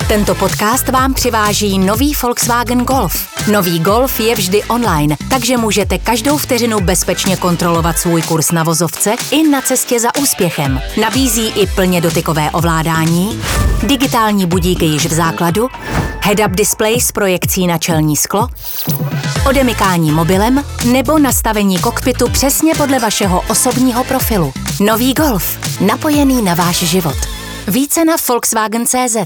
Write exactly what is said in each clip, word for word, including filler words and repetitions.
Tento podcast vám přiváží nový Volkswagen Golf. Nový Golf je vždy online, takže můžete každou vteřinu bezpečně kontrolovat svůj kurz na vozovce i na cestě za úspěchem. Nabízí i plně dotykové ovládání, digitální budíky již v základu, head-up display s projekcí na čelní sklo, odemykání mobilem nebo nastavení kokpitu přesně podle vašeho osobního profilu. Nový Golf, napojený na váš život. Více na Volkswagen tečka cé zet.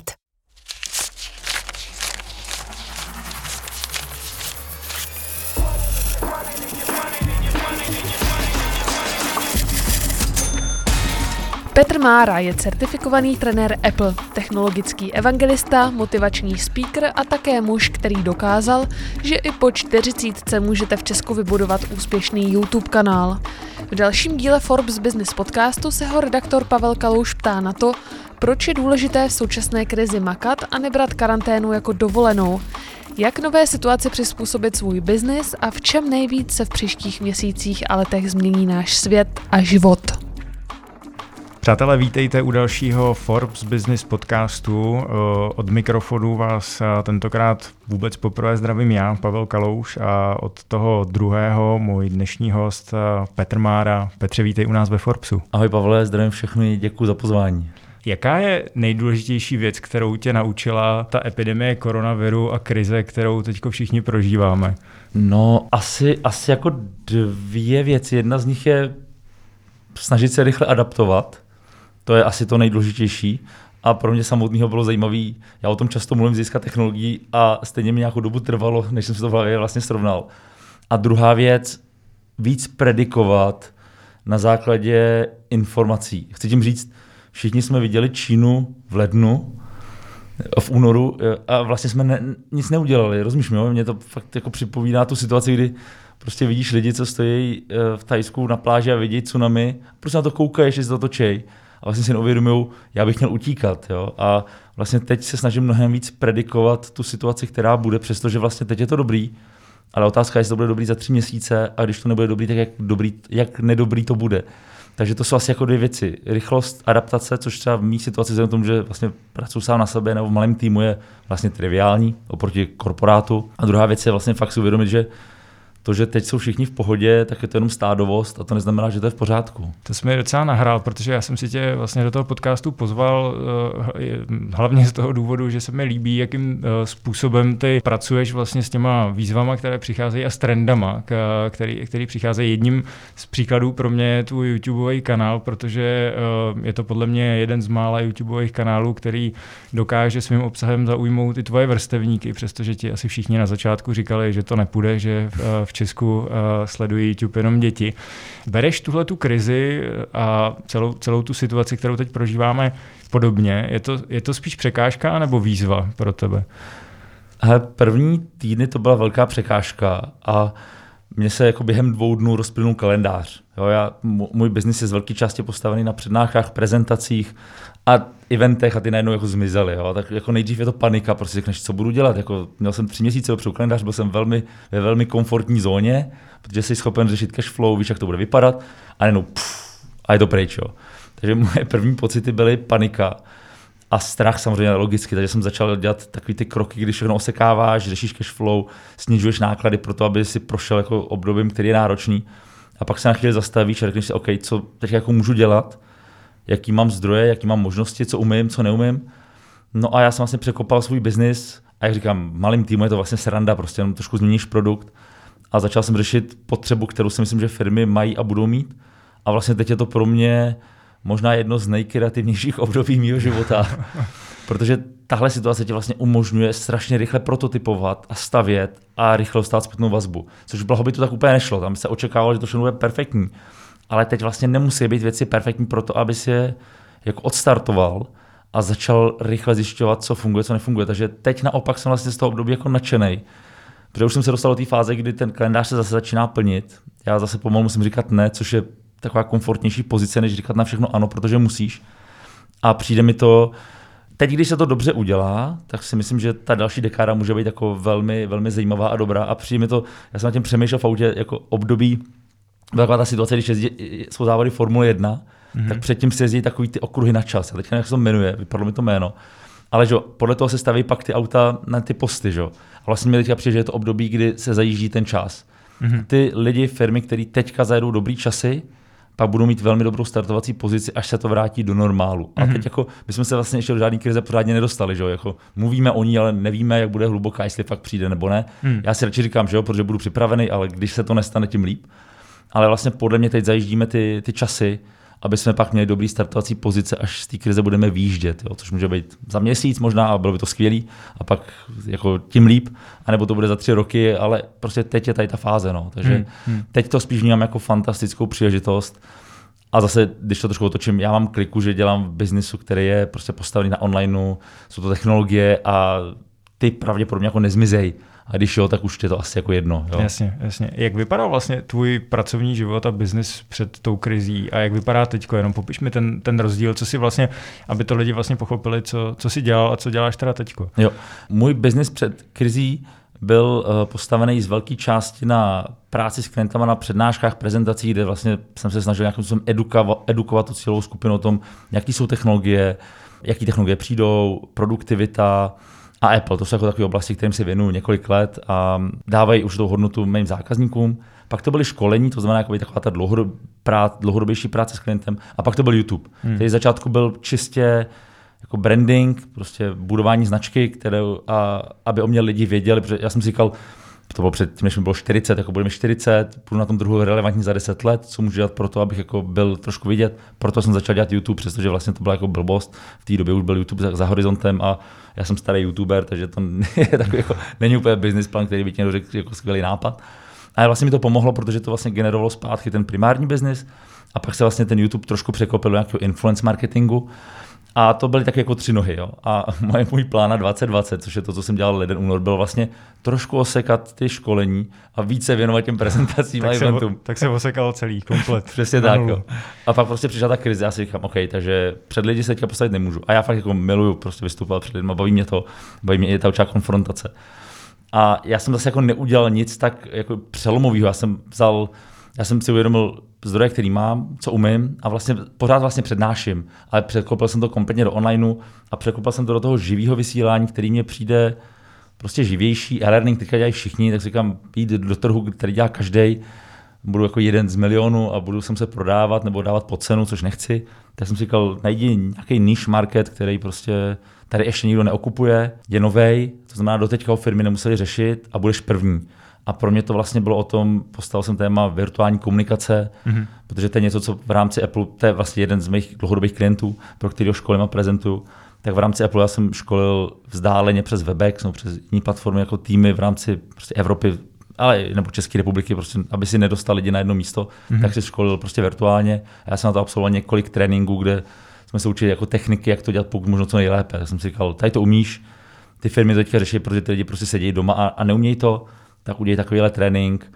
Petr Mára je certifikovaný trenér Apple, technologický evangelista, motivační speaker a také muž, který dokázal, že i po čtyřicítce můžete v Česku vybudovat úspěšný YouTube kanál. V dalším díle Forbes Business podcastu se ho redaktor Pavel Kalouš ptá na to, proč je důležité v současné krizi makat a nebrat karanténu jako dovolenou, jak nové situaci přizpůsobit svůj biznis a v čem nejvíc se v příštích měsících a letech změní náš svět a život. Přátelé, vítejte u dalšího Forbes Business podcastu. Od mikrofonu vás tentokrát vůbec poprvé zdravím já, Pavel Kalouš, a od toho druhého můj dnešní host Petr Mára. Petře, vítej u nás ve Forbesu. Ahoj Pavle, zdravím všechny, děkuji za pozvání. Jaká je nejdůležitější věc, kterou tě naučila ta epidemie koronaviru a krize, kterou teď všichni prožíváme? No, asi, asi jako dvě věci. Jedna z nich je snažit se rychle adaptovat. To je asi to nejdůležitější. A pro mě samotného bylo zajímavé, já o tom často mluvím z hlediska technologií a stejně mi nějakou dobu trvalo, než jsem se to v hlavě vlastně srovnal. A druhá věc, víc predikovat na základě informací. Chci tím říct, všichni jsme viděli Čínu v lednu, v únoru a vlastně jsme ne, nic neudělali. Rozumíš mi, mě to fakt jako připomíná tu situaci, kdy prostě vidíš lidi, co stojí v Thajsku na pláži a vidí tsunami, prostě na to koukají, že se to točej. A vlastně si neuvědomují, já bych měl utíkat. Jo? A vlastně teď se snažím mnohem víc predikovat tu situaci, která bude, přestože vlastně teď je to dobrý, ale otázka je, jestli to bude dobrý za tři měsíce a když to nebude dobrý, tak jak, dobrý, jak nedobrý to bude. Takže to jsou asi jako dvě věci. Rychlost, adaptace, což třeba v mý situaci vzhledem k tomu, že vlastně pracuji sám na sebe nebo v malém týmu, je vlastně triviální oproti korporátu. A druhá věc je vlastně fakt si uvědomit, že to, že teď jsou všichni v pohodě, tak je to jenom stádovost a to neznamená, že to je v pořádku. To jsi mi docela nahrál, protože já jsem si tě vlastně do toho podcastu pozval hlavně z toho důvodu, že se mi líbí, jakým způsobem ty pracuješ vlastně s těma výzvama, které přicházejí a s trendama, který, který přicházejí. Jedním z příkladů pro mě je tvůj YouTubeový kanál, protože je to podle mě jeden z mála YouTubeových kanálů, který dokáže svým obsahem zaujmout i tvoje vrstevníky, přestože ti asi všichni na začátku říkali, že to nepůjde, že v Česku uh, sledují YouTube jenom děti. Bereš tuhle tu krizi a celou, celou tu situaci, kterou teď prožíváme, podobně? Je to, je to spíš překážka nebo výzva pro tebe? Hele, první týdny to byla velká překážka a mně se jako během dvou dnů rozplynul kalendář. Jo, já, můj biznis je z velké části postavený na přednáškách, prezentacích a eventech a ty najednou jako zmizely. Jo. Tak jako nejdřív je to panika, prostě řekneš, co budu dělat. Jako, měl jsem tři měsíce dopředu kalendář, byl jsem velmi, ve velmi komfortní zóně, protože jsi schopen řešit cash flow, víš, jak to bude vypadat a najednou pff, a je to pryč. Jo. Takže moje první pocity byly panika a strach samozřejmě logicky, takže jsem začal dělat takový ty kroky, když všechno osekáváš, řešíš cash flow, snižuješ náklady pro to, aby si prošel jako obdobím, který je náročný. A pak se na chvíli zastavíš a řekneš si, OK, co teď jako můžu dělat, jaký mám zdroje, jaký mám možnosti, co umím, co neumím. No a já jsem vlastně překopal svůj biznis a jak říkám, malým týmu je to vlastně sranda, prostě jenom trošku změníš produkt a začal jsem řešit potřebu, kterou si myslím, že firmy mají a budou mít. A vlastně teď je to pro mě možná jedno z nejkreativnějších období mého života, protože tahle situace tě vlastně umožňuje strašně rychle prototypovat a stavět a rychle dostat zpětnou vazbu. Což v Blahobytu tak úplně nešlo, tam se očekávalo, že to všechno bude perfektní. Ale teď vlastně nemusí být věci perfektní pro to, aby si je jako odstartoval a začal rychle zjišťovat, co funguje, co nefunguje. Takže teď naopak jsem vlastně z toho období jako nadšenej, protože už jsem se dostal do té fáze, kdy ten kalendář se zase začíná plnit. Já zase pomalu musím říkat ne, což je taková komfortnější pozice, než říkat na všechno ano, protože musíš. A přijde mi to, teď, když se to dobře udělá, tak si myslím, že ta další dekáda může být jako velmi, velmi zajímavá a dobrá. A přijde mi to, já jsem na tím přemýšlel v autě jako období, taková ta situace, když jezdí, jsou závody Formule jedna, mm-hmm. tak předtím se jezdí takový ty okruhy na čas. A teď jak se to jmenuje, vypadlo mi to jméno. Ale že, podle toho se staví pak ty auta na ty posty. Že? A vlastně mi teďka přijde, že je to období, kdy se zajíždí ten čas. Mm-hmm. Ty lidi, firmy, který teďka zajedou dobrý časy, pak budou mít velmi dobrou startovací pozici, až se to vrátí do normálu. Mm-hmm. A teď jako, my jsme se vlastně ještě do žádný krize pořádně nedostali. Že? Jako, mluvíme o ní, ale nevíme, jak bude hluboká, jestli fakt přijde nebo ne. Mm. Já si radši říkám, že jo, protože budu připravený, ale když se to nestane, tím líp. Ale vlastně podle mě teď zajíždíme ty, ty časy, aby jsme pak měli dobrý startovací pozice, až z té krize budeme výjíždět, jo? Což může být za měsíc možná a bylo by to skvělý a pak jako tím líp, anebo to bude za tři roky, ale prostě teď je tady ta fáze, no. Takže hmm, hmm. teď to spíš vnímám jako fantastickou příležitost a zase, když to trošku otočím, já mám kliku, že dělám v biznisu, který je prostě postavený na onlineu, jsou to technologie a ty pravděpodobně jako nezmizej. A když jo, tak už je to asi jako jedno. Jo? Jasně, jasně. Jak vypadal vlastně tvůj pracovní život a biznis před tou krizí a jak vypadá teďko? Jenom popiš mi ten, ten rozdíl, co si vlastně, aby to lidi vlastně pochopili, co, co jsi dělal a co děláš teda teďko. Jo, můj biznis před krizí byl uh, postavený z velké části na práci s klientama na přednáškách, prezentacích, kde vlastně jsem se snažil nějakým způsobem edukovat, edukovat tu cílovou skupinu o tom, jaký jsou technologie, jaký technologie přijdou, produktivita, a Apple, to jsou jako takové oblasti, kterým si věnuju několik let a dávají už tou hodnotu mým zákazníkům. Pak to byly školení, to znamená jako taková ta dlouhodob, prá, dlouhodobější práce s klientem. A pak to byl YouTube, hmm. který začátku byl čistě jako branding, prostě budování značky, které, a, aby o mě lidi věděli, protože já jsem si říkal, to bylo před tím, než mi bylo čtyřicet, jako budeme čtyřicet, budu na tom druhu relevantní za deset let, co můžu dělat pro to, abych jako byl trošku vidět. Proto jsem začal dělat YouTube, přestože vlastně to byla jako blbost. V té době už byl YouTube za, za horizontem a já jsem starý YouTuber, takže to je takový jako, není úplně business plan, který by ti někdo řekl jako skvělý nápad. A vlastně mi to pomohlo, protože to vlastně generovalo zpátky ten primární business a pak se vlastně ten YouTube trošku překopil do nějakého influence marketingu. A to byly tak jako tři nohy. Jo. A moje, můj plán na dvacet dvacet, což je to, co jsem dělal leden únor, byl vlastně trošku osekat ty školení a více věnovat těm prezentacím a eventům. Tak se osekal celý, komplet. Přesně tak. Jo. A pak prostě přišla ta krize a si říkám, OK, takže před lidi se teďka postavit nemůžu. A já fakt jako miluju prostě vystupovat před lidmi, baví mě to, baví mě i ta určitá konfrontace. A já jsem zase jako neudělal nic tak jako přelomového. Já jsem vzal, já jsem si uvědomil zdroje, který mám, co umím a vlastně pořád vlastně přednáším, ale překopil jsem to kompletně do onlineu a překopil jsem to do toho živého vysílání, který mě přijde prostě živější. E-learning teďka dělají všichni, tak si říkám, jít do trhu, který dělá každý, budu jako jeden z milionů a budu sem se prodávat nebo dávat pod cenu, což nechci. Tak jsem si říkal, najdi nějaký niche market, který prostě tady ještě nikdo neokupuje, je novej, to znamená, doteďka ho firmy nemuseli řešit a budeš první. A pro mě to vlastně bylo o tom, postavil jsem téma virtuální komunikace, mm-hmm. protože to je něco, co v rámci Apple, to je vlastně jeden z mých dlouhodobých klientů, pro kterého školím a prezentuju, tak v rámci Apple já jsem školil vzdáleně přes Webex, no, přes jiné platformy jako týmy v rámci prostě Evropy, ale nebo České republiky, prostě, aby si nedostal lidi na jedno místo, mm-hmm. tak si školil prostě virtuálně. Já jsem na to absolvoval několik tréninků, kde jsme se učili jako techniky, jak to dělat pokud možno co nejlépe. Tak jsem si říkal, tady to umíš, ty firmy to teďka řeší, protože ty lidi prostě sedí doma a, a neumějí to, tak udělej takovýhle trénink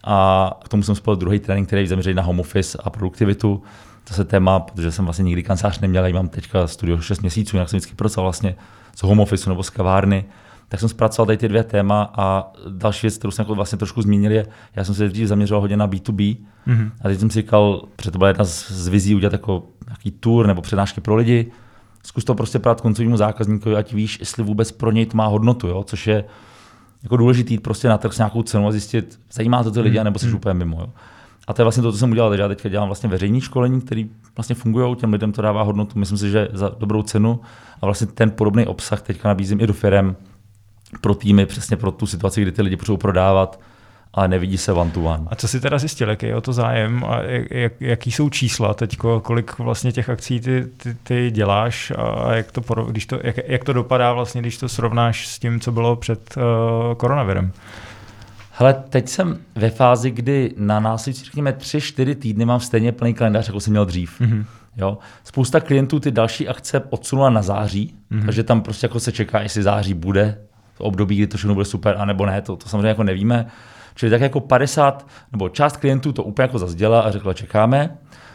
a k tomu jsem spojil druhý trénink, který je zaměřený na home office a produktivitu. To se téma, protože jsem vlastně nikdy kancelář neměl, já mám teďka studio šest měsíců, jinak jsem vždycky pracoval vlastně z home office nebo z kavárny, tak jsem zpracoval tady ty dvě téma a další věc, kterou jsem jako vlastně trošku zmínil, je, já jsem se dřív zaměřoval hodně na B to B mm-hmm. a teď jsem si říkal, protože to byla jedna z, z vizí udělat jako nějaký tour nebo přednášky pro lidi, zkus to prostě prát koncovnímu zákazníkovi, ať víš, jestli vůbec pro něj to má hodnotu, jo? Což je jako důležitý jít prostě na trh s nějakou cenou a zjistit, zajímá to ty lidi, nebo jsi mm. úplně mimo. Jo. A to je vlastně to, co jsem udělal, takže já teďka dělám vlastně veřejný školení, který vlastně fungují, těm lidem to dává hodnotu, myslím si, že za dobrou cenu a vlastně ten podobný obsah teďka nabízím i do firem pro týmy, přesně pro tu situaci, kdy ty lidi potřebují prodávat, ale nevidí se one to one. A co si teda zjistil, jaký je o to zájem a jak, jaký jsou čísla teďko, kolik vlastně těch akcí ty, ty, ty děláš a jak to, když to, jak, jak to dopadá vlastně, když to srovnáš s tím, co bylo před uh, koronavirem? Hele, teď jsem ve fázi, kdy na následující, řekněme, tři čtyři týdny mám stejně plný kalendář, jako jsem měl dřív. Mm-hmm. Jo? Spousta klientů ty další akce odsunula na září, mm-hmm. takže tam prostě jako se čeká, jestli září bude to období, kdy to všechno bude super, anebo ne, to, to samozřejmě jako nevíme. Čili tak jako padesát, nebo část klientů to úplně jako zazděla a řekla, čekáme.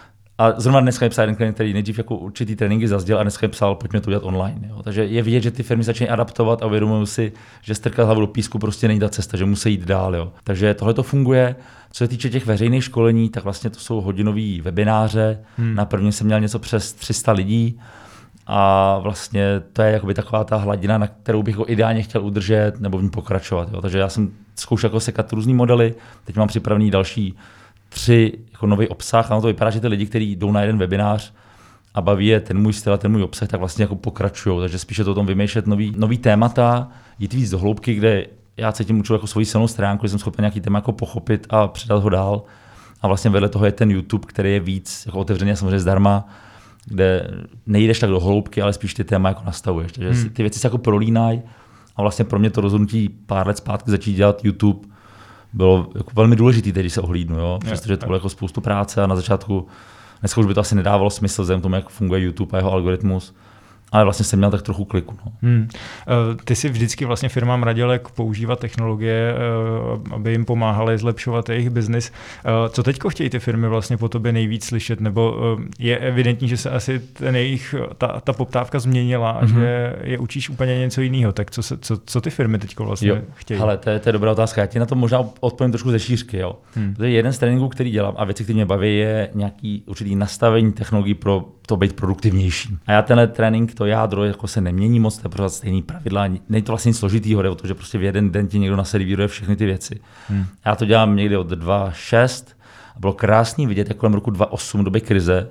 A zrovna dneska je psal jeden klient, který nejdřív jako určitý tréninky zazděl a dneska je psal, pojďme to udělat online. Jo. Takže je vidět, že ty firmy začínají adaptovat a uvědomují si, že strkat hlavu do písku prostě není ta cesta, že musí jít dál. Jo. Takže tohle to funguje. Co se týče těch veřejných školení, tak vlastně to jsou hodinový webináře. Hmm. Na prvním jsem měl něco přes tři sta lidí. A vlastně to je jakoby taková ta hladina, na kterou bych ho ideálně chtěl udržet nebo v ní pokračovat. Jo. Takže já jsem zkoušel jako sekat různý modely, teď mám připravený další tři jako nový obsah a to vypadá, že ty lidi, kteří jdou na jeden webinář a baví je ten můj styl a ten můj obsah, tak vlastně jako pokračují. Takže spíše to o tom vymýšlet nový, nový témata, jít víc do hloubky, kde já cítím určitě jako svoji silnou stránku, že jsem schopen nějaký téma jako pochopit a předat ho dál. A vlastně vedle toho je ten YouTube, který je víc jako otevřený a samozřejmě zdarma, kde nejdeš tak do hloubky, ale spíš ty téma jako nastavuješ. Takže hmm. ty věci se jako prolínají a vlastně pro mě to rozhodnutí pár let zpátky začít dělat YouTube bylo jako velmi důležité, když se ohlídnu, jo? Přestože to bylo jako spoustu práce a na začátku dneska už by to asi nedávalo smysl vzhledem k tomu, jak funguje YouTube a jeho algoritmus. Ale vlastně jsem měl tak trochu kliku. No. Hmm. Ty si vždycky vlastně firmám radil, jak používat technologie, aby jim pomáhaly zlepšovat jejich biznis. Co teďko chtějí ty firmy vlastně po tobě nejvíc slyšet? Nebo je evidentní, že se asi ten jejich, ta, ta poptávka změnila a mm-hmm. že je učíš úplně něco jiného. Tak co, se, co, co ty firmy teďko vlastně jo. chtějí? Hele, to je, to je dobrá otázka. Já ti na to možná odpovím trošku ze šířky. Jo. Hmm. To je jeden z tréninků, který dělám a věci, které mě baví, je nějaký určitý nastavení technologií pro to být produktivnější. A já tenhle trénink, to jádro jako se nemění moc, to je pořád stejný pravidla, není to vlastně nic složitýho, jde o to, že prostě v jeden den ti někdo naservíruje všechny ty věci. Hmm. Já to dělám někdy od dva šest a bylo krásný vidět, jak kolem roku dva osm doby krize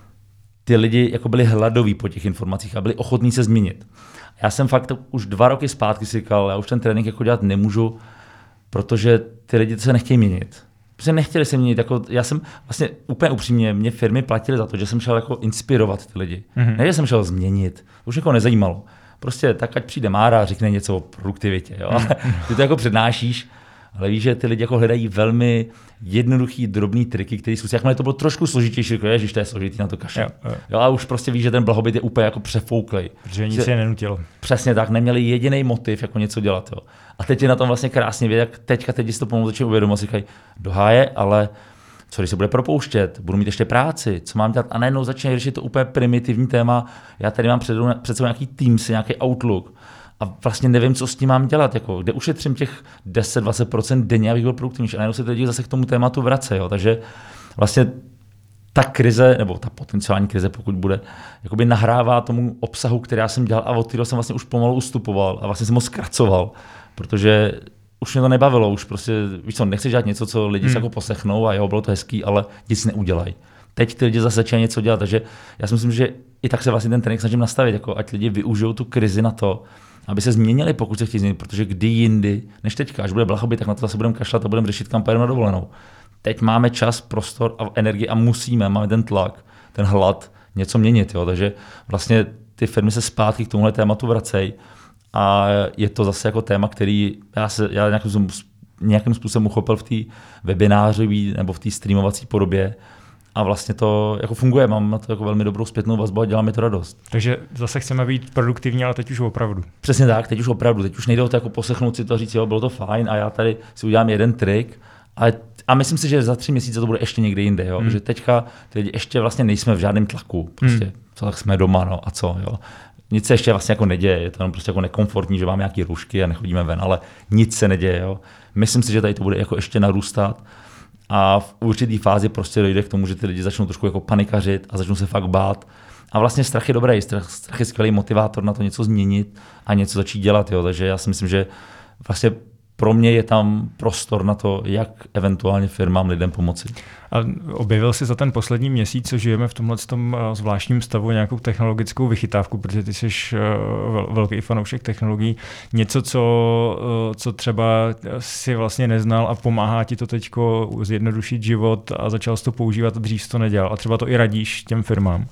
ty lidi jako byli hladoví po těch informacích a byli ochotní se změnit. Já jsem fakt už dva roky zpátky si říkal, já už ten trénink jako dělat nemůžu, protože ty lidi se nechtějí měnit. Protože nechtěli se měnit, jako já jsem vlastně úplně upřímně, mě firmy platily za to, že jsem šel jako inspirovat ty lidi. Mm-hmm. Ne, že jsem šel změnit, to už někoho nezajímalo. Prostě tak, ať přijde Mára a řekne něco o produktivitě, jo? Mm-hmm. Ty to jako přednášíš, ale víš, že ty lidi jako hledají velmi jednoduchý, drobný triky, který jsou, jakmile to bylo trošku složitější, jako ježiš, to je složitý na to kašel. Jo, jo. Jo, a už prostě víš, že ten blahobyt je úplně jako přefouklej. Protože nic je nenutilo. Přesně tak, neměli jediný motiv, jako něco dělat. Jo. A teď je na tom vlastně krásně vědět, jak teďka teď si to pomalu začínají uvědomit, říkají, do háje, ale co když se bude propouštět, budu mít ještě práci, co mám dělat? A najednou začínají řešit to úplně primitivní téma. Já tady mám před, před sebou nějaký Teams, nějaký Outlook. A vlastně nevím, co s tím mám dělat, jako, kde ušetřím těch deset až dvacet procent denně, abych byl produktivnější. A najednou se ty lidi zase k tomu tématu vracejí. Takže vlastně ta krize, nebo ta potenciální krize, pokud bude, jakoby nahrává tomu obsahu, který já jsem dělal a od kterého jsem vlastně už pomalu ustupoval a vlastně jsem ho zkracoval, protože už mě to nebavilo, už prostě, víš co, nechci dělat něco, co lidi hmm. se jako poslechnou a jo, bylo to hezký, ale nic neudělají. Teď ty lidi zase začínají něco dělat, takže já si myslím, že i tak se vlastně ten trénink snažím nastavit, jako ať lidi využijou tu krizi na to, aby se změnili, pokud se chtějí změnit, protože kdy jindy, než teďka, až bude blahobyt, tak na to zase budeme kašlat a budeme řešit, kam pojedeme na dovolenou. Teď máme čas, prostor a energii a musíme, máme ten tlak, ten hlad, něco měnit. Jo? Takže vlastně ty firmy se zpátky k tomuhle tématu vracejí a je to zase jako téma, který já, se, já nějakým, nějakým způsobem uchopil v té webinářové nebo v té streamovací podobě. A vlastně to jako funguje, mám na to jako velmi dobrou zpětnou vazbu a dělá mi to radost. Takže zase chceme být produktivní, ale teď už opravdu. Přesně tak, teď už opravdu. Teď už nejde o to jako poslechnout si to a říct, jo, bylo to fajn a já tady si udělám jeden trik. Ale, a myslím si, že za tři měsíce to bude ještě někde jinde. Jo? Hmm. Že teďka ty lidi ještě vlastně nejsme v žádném tlaku. Prostě, hmm. co tak jsme doma, no a co. Jo? Nic se ještě vlastně jako neděje, je to jenom prostě jako nekomfortní, že máme nějaké rušky a nechodíme ven, ale nic se neděje. Jo? Myslím si, že tady to bude jako ještě narůstat. A v určitý fázi prostě dojde k tomu, že ty lidi začnou trošku jako panikařit a začnou se fakt bát. A vlastně strach je dobrý, strach, strach je skvělý motivátor na to něco změnit a něco začít dělat. Jo. Takže já si myslím, že vlastně pro mě je tam prostor na to, jak eventuálně firmám, lidem pomoci. A objevil jsi za ten poslední měsíc, co žijeme v tomhle tom zvláštním stavu, nějakou technologickou vychytávku, protože ty jsi velký fanoušek technologií, něco, co, co třeba si vlastně neznal a pomáhá ti to teďko zjednodušit život a začal jsi to používat, dřív jsi to nedělal a třeba to i radíš těm firmám.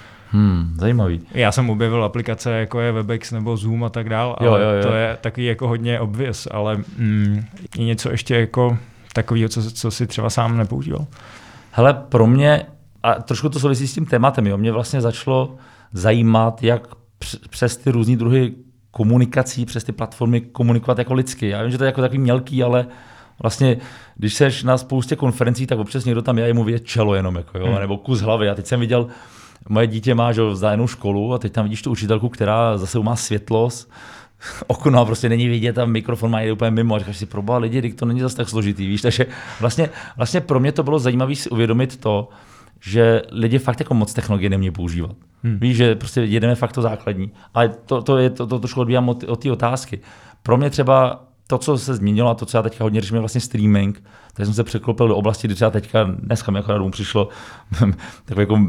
Hmm, zajímavý. Já jsem objevil aplikace, jako je Webex nebo Zoom a tak dál, ale jo, jo, jo. to je takový jako hodně obvious, ale mm, je něco ještě jako takového, co, co si třeba sám nepoužíval? Hele, pro mě, a trošku to souvisí s tím tématem, jo, mě vlastně začalo zajímat, jak přes ty různý druhy komunikací, přes ty platformy komunikovat jako lidsky. Já vím, že to je jako takový mělký, ale vlastně, když seš na spoustě konferencí, tak občas někdo tam je, mu vidět čelo jenom, jako, jo, hmm. nebo kus hlavy. A teď jsem viděl, moje dítě má že, vzdálenou školu a teď tam vidíš tu učitelku, která zase má světlost, okno a prostě není vidět a mikrofon má jde úplně mimo a říkáš si, proboha lidi, to není zase tak složitý, víš, takže vlastně, vlastně pro mě to bylo zajímavé si uvědomit to, že lidi fakt jako moc technologie nemějí používat. Hmm. Víš, že prostě jedeme fakt to základní. Ale to, to je to, to trošku odbíjám od, od té otázky. Pro mě třeba to, co se změnilo a to, co já teďka hodně řeším, je vlastně streaming. Takže jsem se překlopil do oblasti, kdy třeba teďka, dneska mi akorát přišlo takový jako uh,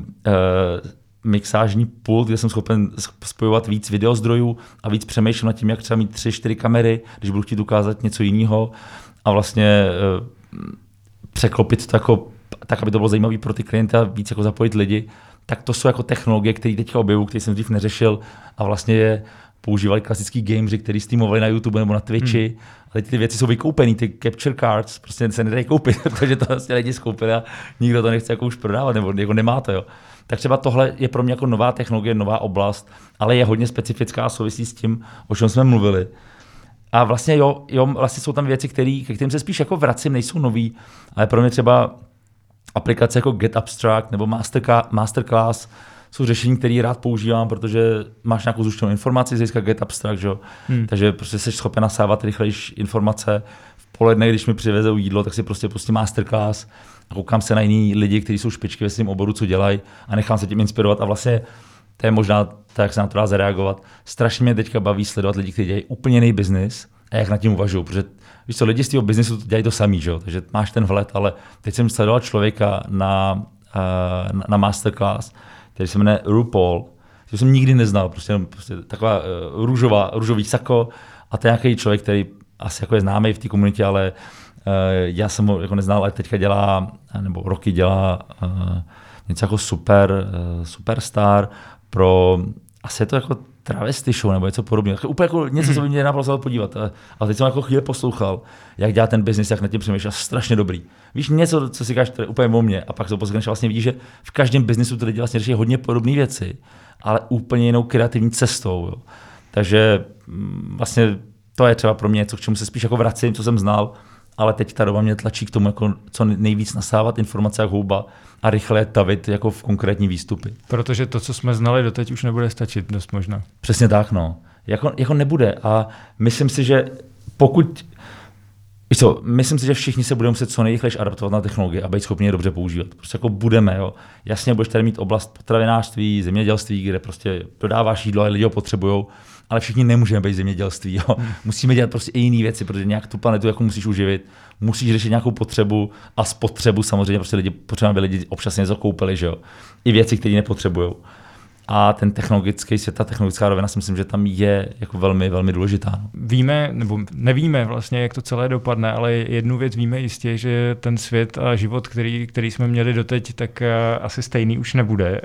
mixážní pult, kde jsem schopen spojovat víc videozdrojů a víc přemýšlím nad tím, jak třeba mít tři, čtyři kamery, když budu chtít ukázat něco jiného a vlastně uh, překlopit to jako, tak, aby to bylo zajímavé pro ty klienty a víc jako zapojit lidi. Tak to jsou jako technologie, které teďka objevují, které jsem dřív neřešil a vlastně je používali klasický gameři, který streamovali na YouTube nebo na Twitchi, hmm. ale ty věci jsou vykoupený, ty capture cards prostě se nedají koupit, protože to vlastně lidi skoupili a nikdo to nechce jako už prodávat, nebo jako nemá to, jo. Tak třeba tohle je pro mě jako nová technologie, nová oblast, ale je hodně specifická a souvisí s tím, o čem jsme mluvili. A vlastně jo, jo vlastně jsou tam věci, který, ke kterým se spíš jako vracím, nejsou nový, ale pro mě třeba aplikace jako Get Abstract nebo Masterclass jsou řešení, které rád používám, protože máš nějakou zúčtovnou informaci z hlediska Get Abstract, že? Hmm. Takže prostě jsi schopen nasávat rychlejší informace. V poledne, když mi přivezou jídlo, tak si prostě pustím Masterclass a koukám se na jiný lidi, kteří jsou špičky ve svém oboru, co dělají a nechám se tím inspirovat a vlastně to je možná tak, jak se na to dá zareagovat. Strašně mě teďka baví sledovat lidi, kteří dělají úplně jiný biznis a jak nad tím uvažují, protože víš co, lidi z toho biznisu dělají to samý, že? Takže máš ten vhled, ale teď jsem sledoval člověka na, na, na Masterclass, který se jmenuje RuPaul, který jsem nikdy neznal, prostě, prostě taková uh, růžová, růžový sako a to je nějaký člověk, který asi jako je známý v té komunitě, ale uh, já jsem ho jako neznal, ale teďka dělá, nebo roky dělá uh, něco jako super, uh, superstar pro, asi je to jako travesty show nebo něco podobného. Úplně jako něco, co by mě naprosto podívat. Ale teď jsem jako chvíli poslouchal, jak dělá ten biznis, jak nad tím přemýšlel, strašně dobrý. Víš, něco, co si říkáš, to je úplně o mně. A pak to posloucháš, vlastně vidíš, že v každém biznisu ty lidi vlastně řeší hodně podobné věci, ale úplně jinou kreativní cestou. Jo. Takže vlastně to je třeba pro mě něco, k čemu se spíš jako vracím, co jsem znal, ale teď ta doba mě tlačí k tomu jako co nejvíc nasávat informace jak houba a rychle tavit jako v konkrétní výstupy. Protože to, co jsme znali doteď, už nebude stačit dost možná. Přesně tak, no. Jako, jako nebude a myslím si, že pokud víš co, myslím si, že všichni se budeme muset co nejrychlejší adaptovat na technologie a být schopni je dobře používat. Prostě jako budeme, jo. Jasně budeš tady mít oblast potravinářství, zemědělství, kde prostě dodáváš jídlo a lidi ho potřebujou, ale všichni nemůžeme být zemědělství, jo. Hmm. Musíme dělat prostě i jiné věci, protože nějak tu planetu jako musíš uživit, musíš řešit nějakou potřebu a spotřebu samozřejmě, prostě lidi potřebujeme, aby lidi občas něco koupili, že jo. I věci, které nepotřebují. A ten technologický svět, ta technologická rovina si myslím, že tam je jako velmi, velmi důležitá. Víme, nebo nevíme vlastně, jak to celé dopadne, ale jednu věc víme jistě, že ten svět a život, který, který jsme měli doteď, tak asi stejný už nebude.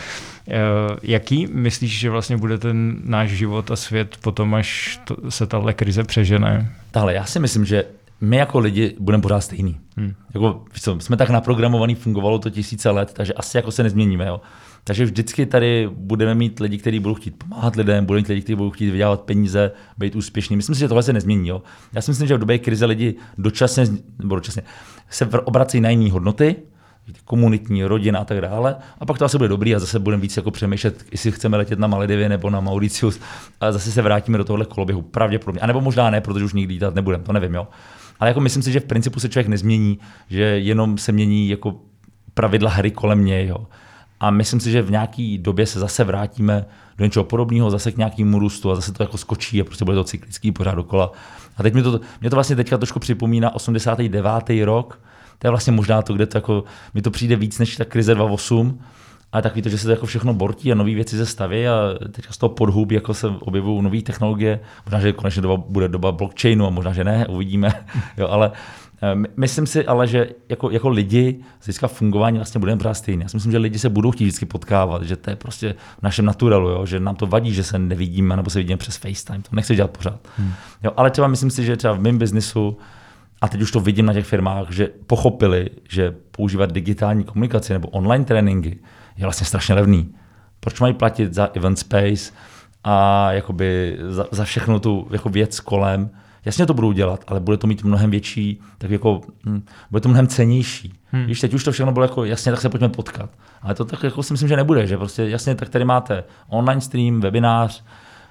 Jaký myslíš, že vlastně bude ten náš život a svět potom, až to, se tahle krize přežene? Tahle, já si myslím, že my jako lidi budeme pořád stejný. Hmm. Jako, co, jsme tak naprogramovaný, fungovalo to tisíce let, takže asi jako se nezměníme. Jo. Takže vždycky tady budeme mít lidi, kteří budou chtít pomáhat lidem, budeme mít lidi, kteří budou chtít vydělávat peníze, být úspěšní. Myslím si, že tohle se nezmění. Jo. Já si myslím, že v době krize lidi dočasně, nebo dočasně se obrací na jiné hodnoty, komunitní, rodina a tak dále. A pak to asi bude dobrý a zase budeme víc jako přemýšlet, jestli chceme letět na Maledivy nebo na Mauritius a zase se vrátíme do tohohle koloběhu pravděpodobně. A nebo možná ne, protože už nikdy lítat nebudeme, to nevím, jo. Ale jako myslím si, že v principu se člověk nezmění, že jenom se mění jako pravidla hry kolem něj, jo. A myslím si, že v nějaké době se zase vrátíme do něčeho podobného, zase k nějakému růstu a zase to jako skočí a prostě bude to cyklický pořád dokola. A teď mě to, mě to vlastně teďka trošku připomíná osmdesátý devátý rok. To je vlastně možná to, kde to jako, mi to přijde víc než ta krize dva tisíce osm. Ale takový to, že se to jako všechno bortí a nové věci se staví a teďka z toho podhubí jako se objevují nové technologie. Možná, že konečně doba, bude doba blockchainu a možná, že ne, uvidíme. Jo, ale myslím si ale, že jako, jako lidi z hlediska fungování vlastně budeme pořád stejný. Já si myslím, že lidi se budou chtít vždycky potkávat, že to je prostě v našem naturalu, jo? Že nám to vadí, že se nevidíme nebo se vidíme přes FaceTime. To nechci dělat pořád. Hmm. Jo, ale třeba myslím si, že třeba v mém biznisu, a teď už to vidím na těch firmách, že pochopili, že používat digitální komunikaci nebo online tréninky je vlastně strašně levný. Proč mají platit za event space a jakoby za, za všechno tu jako věc kolem? Jasně to budou dělat, ale bude to mít mnohem větší, tak jako, hm, bude to mnohem cennější. Hmm. Víš, teď už to všechno bylo jako, jasně, tak se pojďme potkat. Ale to tak jako si myslím, že nebude, že prostě jasně, tak tady máte online stream, webinář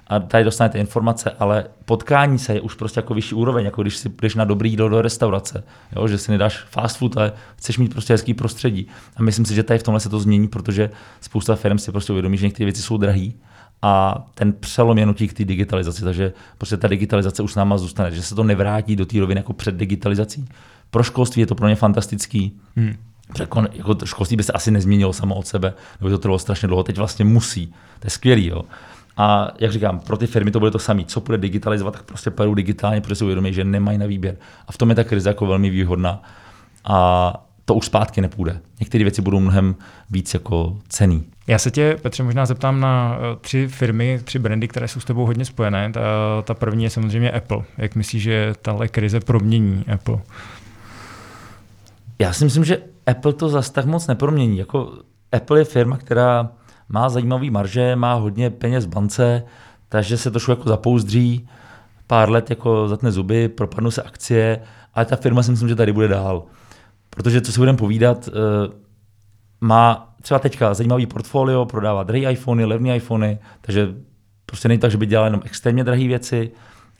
a tady dostanete informace, ale potkání se je už prostě jako vyšší úroveň, jako když si jdeš na dobrý jídlo do restaurace, jo, že si nedáš fast food, ale chceš mít prostě hezký prostředí. A myslím si, že tady v tomhle se to změní, protože spousta firm si prostě uvědomí, že některé věci jsou drahé a ten přelom je nutí k té digitalizaci, takže prostě ta digitalizace už s náma zůstane, že se to nevrátí do té roviny jako před digitalizací. Pro školství je to pro ně fantastický. Hmm. Jako školství by se asi nezměnilo samo od sebe, nebo to trvalo strašně dlouho, teď vlastně musí. To je skvělý, jo. A jak říkám, pro ty firmy to bude to samé. Co bude digitalizovat, tak prostě půjdou digitálně, protože si uvědomí, že nemají na výběr. A v tom je ta krize jako velmi výhodná. A to už zpátky nepůjde. Některé věci budou mnohem víc jako cenný. Já se tě, Petře, možná zeptám na tři firmy, tři brandy, které jsou s tebou hodně spojené. Ta, ta první je samozřejmě Apple. Jak myslíš, že tahle krize promění Apple? Já si myslím, že Apple to zas tak moc nepromění. Jako Apple je firma, která má zajímavý marže, má hodně peněz v bance, takže se trošku jako zapouzdří, pár let jako zatne zuby, propadnou se akcie, ale ta firma si myslím, že tady bude dál. Protože, co si budeme povídat, má třeba teďka zajímavý portfolio, prodává drahé iPhony, levné iPhony, takže prostě není tak, že by dělal jenom extrémně drahé věci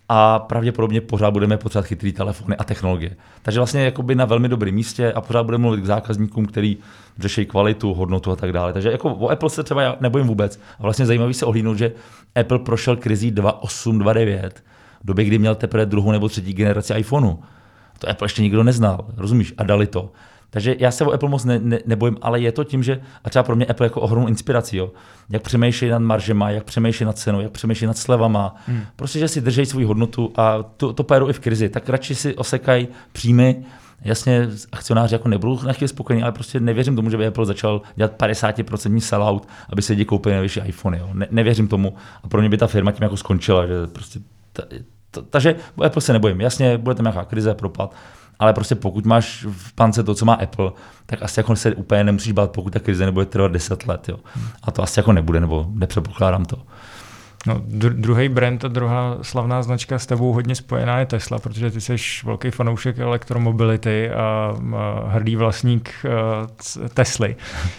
a pravděpodobně pořád budeme potřebovat chytrý telefony a technologie. Takže vlastně jakoby na velmi dobrém místě a pořád budeme mluvit k zákazníkům, který řeší kvalitu, hodnotu a tak dále. Takže jako o Apple se třeba já nebojím vůbec. A vlastně zajímavý se ohlídnout, že Apple prošel krizí dva osm dva devět, v době, kdy měl teprve druhou nebo třetí generaci iPhoneu. To Apple ještě nikdo neznal, rozumíš? A dali to. Takže já se o Apple moc ne, ne, nebojím, ale je to tím, že a třeba pro mě Apple jako ohromnou inspirací, jo. Jak přemýšlí nad maržema, jak přemýšlí nad cenou, jak přemýšlí nad slevama. Hmm. Prostě, že si drží svou hodnotu a to, to pojedou i v krizi. Tak radši si osekají příjmy. Jasně, akcionáři jako nebudou na chvíli spokojení, ale prostě nevěřím tomu, že by Apple začal dělat padesát procent sellout, aby si lidi koupili nejvyšší iPhony. Jo. Ne, nevěřím tomu. A pro mě by ta firma tím jako skončila, že prostě ta, ta, takže o Apple se nebojím. Jasně, bude tam nějaká krize, propad. Ale prostě pokud máš v pance to, co má Apple, tak asi jako se úplně nemusíš bát, pokud ta krize nebude trvat deset let. Jo. A to asi jako nebude, nebo nepředpokládám to. No, dru- druhý brand a druhá slavná značka s tebou hodně spojená je Tesla, protože ty jsi velký fanoušek elektromobility a, a hrdý vlastník uh, Tesly.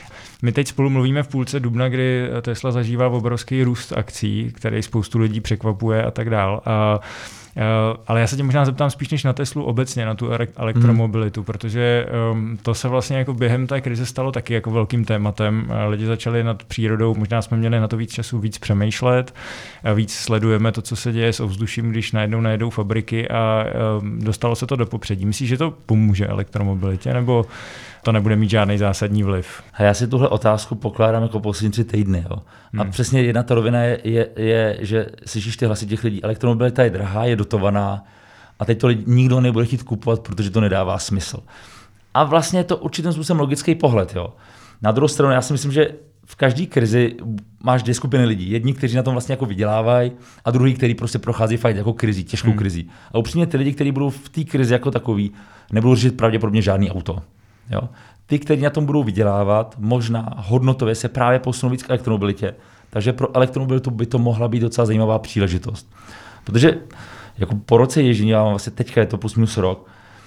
My teď spolu mluvíme v půlce dubna, kdy Tesla zažívá obrovský růst akcí, který spoustu lidí překvapuje a tak dál. A Uh, ale já se tě možná zeptám spíš než na Teslu obecně, na tu elektromobilitu, hmm. protože um, to se vlastně jako během té krize stalo taky jako velkým tématem. Uh, lidi začali nad přírodou, možná jsme měli na to víc času víc přemýšlet, uh, víc sledujeme to, co se děje s ovzduším, když najednou najedou fabriky a um, dostalo se to do popředí. Myslíš, že to pomůže elektromobilitě, nebo to nebude mít žádný zásadní vliv? A já si tuhle otázku pokládám jako poslední tři týdny. Jo. A hmm. přesně jedna ta rovina je, je, je, že slyšíš ty hlasy těch lidí. Elektromobilita je drahá, je dotovaná a teď to lidi, nikdo nebude chtít kupovat, protože to nedává smysl. A vlastně je to určitým způsobem logický pohled. Jo. Na druhou stranu já si myslím, že v každé krizi máš dvě skupiny lidí. Jedni, kteří na tom vlastně jako vydělávají a druhý, kteří prostě procházejí fakt jako krizi, těžkou hmm. krizi. A upřímně ty lidi, kteří budou v té krizi jako takový, nebudou řešit pravděpodobně žádný auto. Jo. Ty, kteří na tom budou vydělávat, možná hodnotově se právě posunou víc k elektromobilitě. Takže pro elektromobilitu by to mohla být docela zajímavá příležitost. Protože jako po roce ježdění, já mám vlastně teďka je to plus minus rok,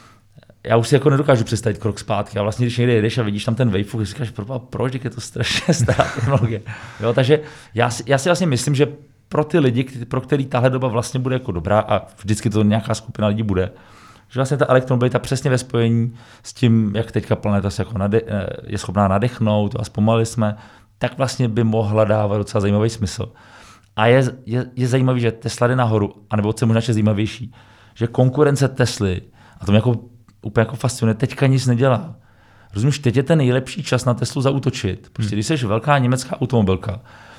já už si jako nedokážu představit krok zpátky. A vlastně, když někde jedeš a vidíš tam ten wavefuk, říkáš, proč, je to strašně stará technologie. Jo, takže já si, já si vlastně myslím, že pro ty lidi, pro který tahle doba vlastně bude jako dobrá a vždycky to nějaká skupina lidí bude, že vlastně ta elektromobilita přesně ve spojení s tím, jak teďka planeta se jako nade, je schopná nadechnout a zpomalili jsme, tak vlastně by mohla dávat docela zajímavý smysl. A je, je, je zajímavý, že Tesla jde nahoru, anebo co je možná ještě zajímavější, že konkurence Tesly, a to mě jako úplně jako fascinuje, teďka nic nedělá. Rozumíš, teď je ten nejlepší čas na Teslu zaútočit, protože když jsi velká německá automobilka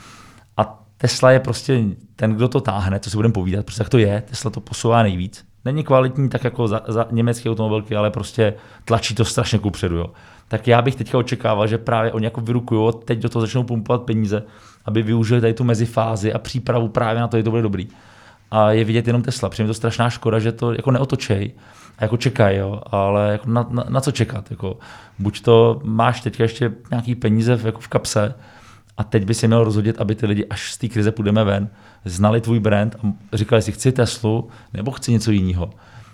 a Tesla je prostě ten, kdo to táhne, co si budeme povídat, protože tak to je, Tesla to posouvá nejvíc. Není kvalitní tak jako za, za německé automobilky, ale prostě tlačí to strašně kupředu. Jo. Tak já bych teďka očekával, že právě oni jako vyrukují, teď do toho začnou pumpovat peníze, aby využili tady tu mezifázi a přípravu právě na to, že to bude dobrý. A je vidět jenom Tesla, protože je to strašná škoda, že to jako neotočej a jako čekají, jo. Ale jako na, na, na co čekat? Jako, buď to máš teďka ještě nějaký peníze v, jako v kapse, a teď by si měl rozhodit, aby ty lidi, až z té krize půjdeme ven, znali tvůj brand a říkali si, chci Teslu nebo chci něco jiného.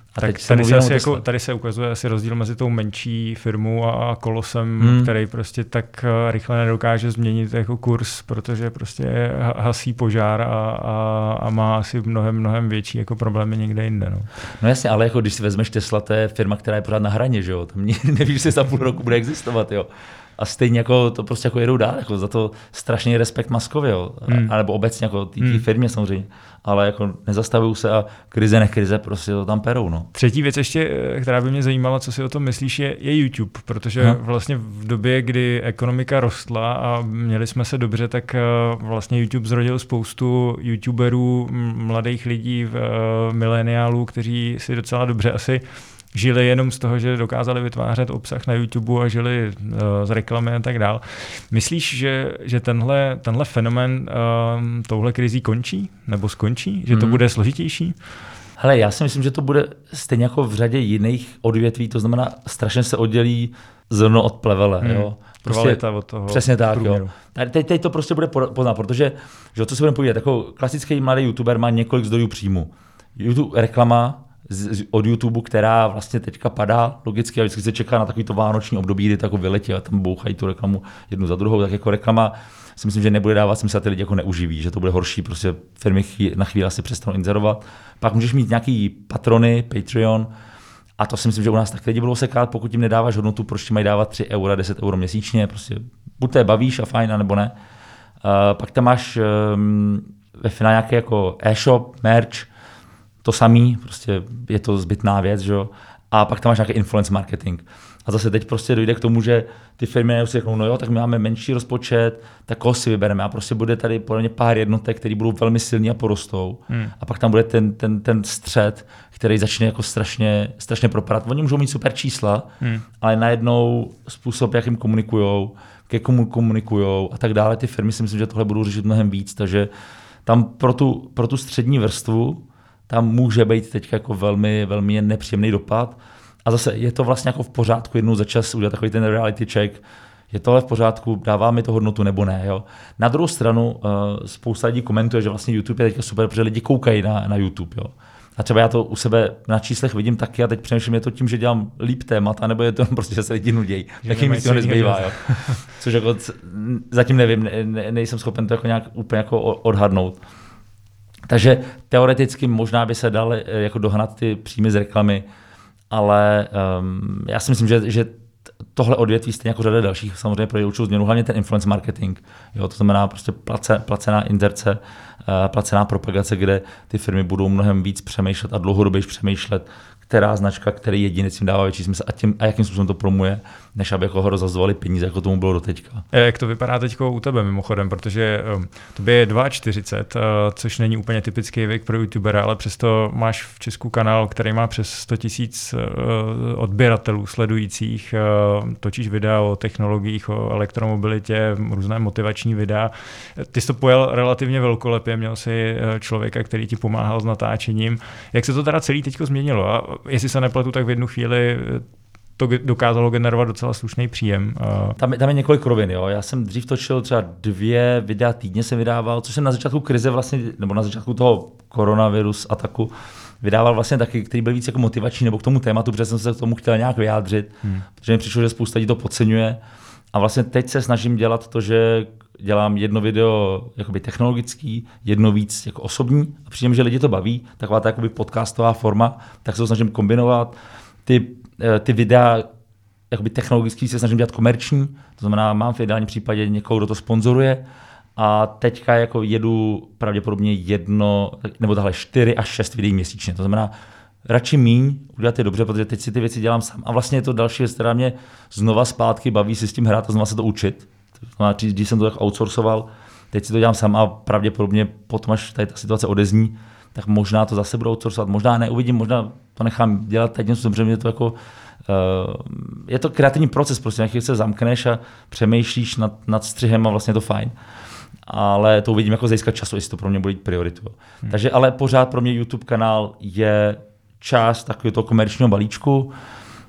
A tak tady se, asi jako, tady se ukazuje asi rozdíl mezi tou menší firmou a kolosem, hmm. který prostě tak rychle nedokáže změnit jako kurz, protože prostě hasí požár a, a, a má asi mnohem, mnohem větší jako problémy někde jinde. No. no jasně, ale jako když si vezmeš Tesla, to je firma, která je pořád na hraně, že jo? Tam nevíš, jestli za půl roku bude existovat, jo. A stejně jako to prostě jako jedou dál, jako za to strašný respekt Muskovi, jo. Hmm. A nebo obecně jako té hmm. firmě samozřejmě, ale jako nezastavují se a krize nekrize prostě to tam perou, no. Třetí věc ještě, která by mě zajímala, co si o tom myslíš, je, je YouTube, protože hmm. vlastně v době, kdy ekonomika rostla a měli jsme se dobře, tak vlastně YouTube zrodil spoustu YouTuberů, mladých lidí, mileniálů, kteří si docela dobře asi žili jenom z toho, že dokázali vytvářet obsah na YouTube a žili uh, z reklamy a tak dál. Myslíš, že, že tenhle, tenhle fenomén uh, touhle krizí končí? Nebo skončí? Že to hmm. bude složitější? Hele, já si myslím, že to bude stejně jako v řadě jiných odvětví, to znamená, strašně se oddělí zrno od plevele. Hmm. Jo? Prostě, kvalita od toho přesně tak, jo. Teď, teď to prostě bude poznat, protože, že co si budeme povídat, jako klasický mladý YouTuber má několik zdrojů příjmu. YouTube, reklama, Z, od YouTube, která vlastně teďka padá logicky a vždycky se čeká na takovýto vánoční období, kdy to jako vyletí a tam bouchají tu reklamu jednu za druhou, tak jako reklama si myslím, že nebude dávat smysl a ty lidi jako neuživí, že to bude horší, prostě firmy chví, na chvíli asi přestanou inzerovat. Pak můžeš mít nějaký patrony, Patreon a to si myslím, že u nás tak lidi budou sekat, pokud jim nedáváš hodnotu, proč ti mají dávat tři eura, deset euro měsíčně, prostě buď to je bavíš a fajn, anebo ne. Uh, pak tam máš um, ve finále nějaký jako e-shop, merch, to samý, prostě je to zbytná věc, že jo. A pak tam máš nějaký influence marketing. A zase teď prostě dojde k tomu, že ty firmy si řeknou, no jo, tak my máme menší rozpočet, tak koho si vybereme. A prostě bude tady podle mě pár jednotek, které budou velmi silní a porostou. Hmm. A pak tam bude ten, ten, ten střed, který začne jako strašně, strašně propadat. Oni můžou mít super čísla, hmm. ale najednou způsob, jak jim komunikujou, ke komu komunikujou a tak dále. Ty firmy si myslím, že tohle budou řešit mnohem víc. Takže tam pro tu, pro tu střední vrstvu tam může být teď jako velmi, velmi nepříjemný dopad. A zase je to vlastně jako v pořádku jednou za čas udělat takový ten reality check. Je tohle v pořádku, dává mi to hodnotu nebo ne. Jo? Na druhou stranu uh, spousta lidí komentuje, že vlastně YouTube je teď super, protože lidi koukají na, na YouTube. Jo? A třeba já to u sebe na číslech vidím taky a teď přemýšlím, je to tím, že dělám líp témat, anebo je to prostě, že se lidi nudějí. Taky mi to nezbývá. Jo? Což jako zatím nevím, ne, ne, nejsem schopen to jako nějak úplně jako odhadnout. Takže teoreticky možná by se daly jako dohnat ty příjmy z reklamy, ale um, já si myslím, že, že tohle odvětví stejně jako řada dalších samozřejmě projde určitou změnu, hlavně ten influence marketing. Jo, to znamená prostě place, placená inzerce, uh, placená propagace, kde ty firmy budou mnohem víc přemýšlet a dlouhodobě přemýšlet, která značka, který jedinec jim dává větší smysl a, tím, a jakým způsobem to promuje, než aby jako ho rozhazovali peníze, jako tomu bylo doteďka. Jak to vypadá teď u tebe mimochodem, protože um, tobě je čtyřicet dva, uh, což není úplně typický věk pro youtubera, ale přesto máš v Česku kanál, který má přes sto tisíc uh, odběratelů sledujících, uh, točíš videa o technologiích, o elektromobilitě, různé motivační videa. Ty jsi to pojel relativně velkolepě, měl jsi člověka, který ti pomáhal s natáčením. Jak se to teda celý teďko změnilo? A jestli se nepletu, tak v jednu chvíli to dokázalo generovat docela slušný příjem. Tam, tam je několik rovin. Jo. Já jsem dřív točil třeba dvě videa týdně jsem vydával, což jsem na začátku krize vlastně, nebo na začátku toho koronavirus ataku vydával vlastně taky, který byl víc jako motivační nebo k tomu tématu, protože jsem se k tomu chtěl nějak vyjádřit, hmm. protože mi přišlo, že spousta lidí to podceňuje. A vlastně teď se snažím dělat to, že dělám jedno video jakoby technologický, jedno víc jako osobní a přijím, že lidi to baví, taková ta jakoby podcastová forma, tak se to snažím kombinovat. Ty, ty videa jakoby technologický se snažím dělat komerční, to znamená, mám v ideálním případě někoho, kdo to sponzoruje a teďka jako jedu pravděpodobně jedno, nebo tahle čtyři až šest videí měsíčně, to znamená, radši míň, udělat je dobře, protože teď si ty věci dělám sám. A vlastně je to další věc, která mě znova zpátky baví si s tím hrát a znova se to učit. Když jsem to tak outsourcoval, teď si to dělám sám a pravděpodobně potom, až tady ta situace odezní, tak možná to zase budu outsourcovat, možná neuvidím, možná to nechám dělat teď něco, protože mě to jako, uh, je to kreativní proces, prostě nějaký se zamkneš a přemýšlíš nad, nad střihem a vlastně je to fajn. Ale to uvidím jako získat času, jestli to pro mě bude prioritu. Hmm. Takže ale pořád pro mě YouTube kanál je část takového toho komerčního balíčku. Uh,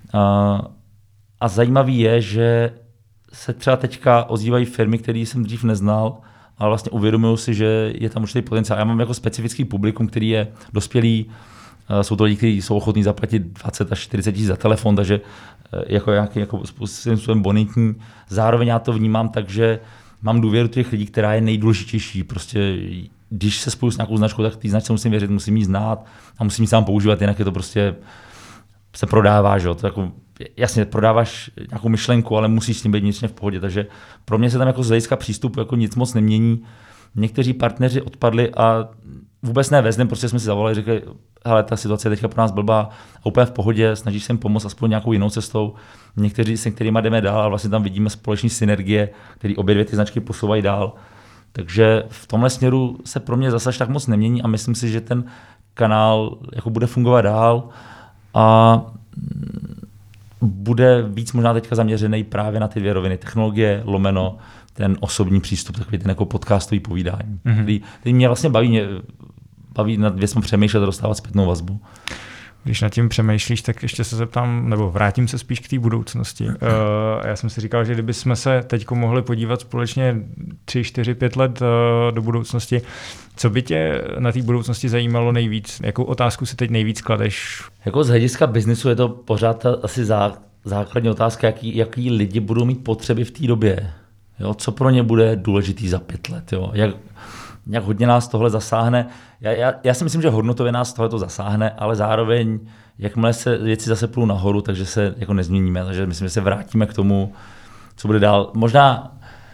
a zajímavý je, že se třeba teďka ozývají firmy, které jsem dřív neznal, ale vlastně uvědomuju si, že je tam určitý potenciál. Já mám jako specifický publikum, který je dospělý, Jsou to lidi, kteří jsou ochotní zaplatit dvacet až čtyřicet tisíc za telefon, takže jako nějaký jako způsobem bonitní. Zároveň já to vnímám tak, že mám důvěru těch lidí, která je nejdůležitější. Prostě když se spoju s nějakou značkou, tak ty značce musím věřit, musím ji znát a musím ji sám používat, jinak je to prostě se prodává, že jo. To jako, jasně, prodáváš nějakou myšlenku, ale musíš s tím být vnitřně v pohodě. Takže pro mě se tam jako z hlediska přístupu jako nic moc nemění. Někteří partneři odpadli a vůbec ne veznem, prostě jsme si zavolali, řekli, hele, ta situace je teďka pro nás blbá a úplně v pohodě, snažíš se jim pomoct aspoň nějakou jinou cestou. Někteří, se kterými jdeme dál a vlastně tam vidíme společné synergie, které obě dvě ty značky posouvají dál. Takže v tomhle směru se pro mě zase tak moc nemění a myslím si, že ten kanál jako bude fungovat dál a bude víc možná teďka zaměřený právě na ty dvě roviny, technologie, lomeno, ten osobní přístup, takový ten jako podcastový povídání, mm-hmm. který, který mě vlastně baví, mě baví nad věcmi přemýšlet a dostávat zpětnou vazbu. Když nad tím přemýšlíš, tak ještě se zeptám, nebo vrátím se spíš k té budoucnosti. Uh, já jsem si říkal, že kdybychom se teď mohli podívat společně tři, čtyři, pět let uh, do budoucnosti, co by tě na té budoucnosti zajímalo nejvíc? Jakou otázku si teď nejvíc kladeš? Jako z hlediska biznisu je to pořád ta asi zá, základní otázka, jaký, jaký lidi budou mít potřeby v té době. Jo? Co pro ně bude důležitý za pět let? Jo? Jak, jak hodně nás tohle zasáhne. Já, já, já si myslím, že hodnotově nás tohle to zasáhne, ale zároveň, jakmile se věci zase půjdou nahoru, takže se jako nezměníme. Takže myslím, že se vrátíme k tomu, co bude dál. Možná,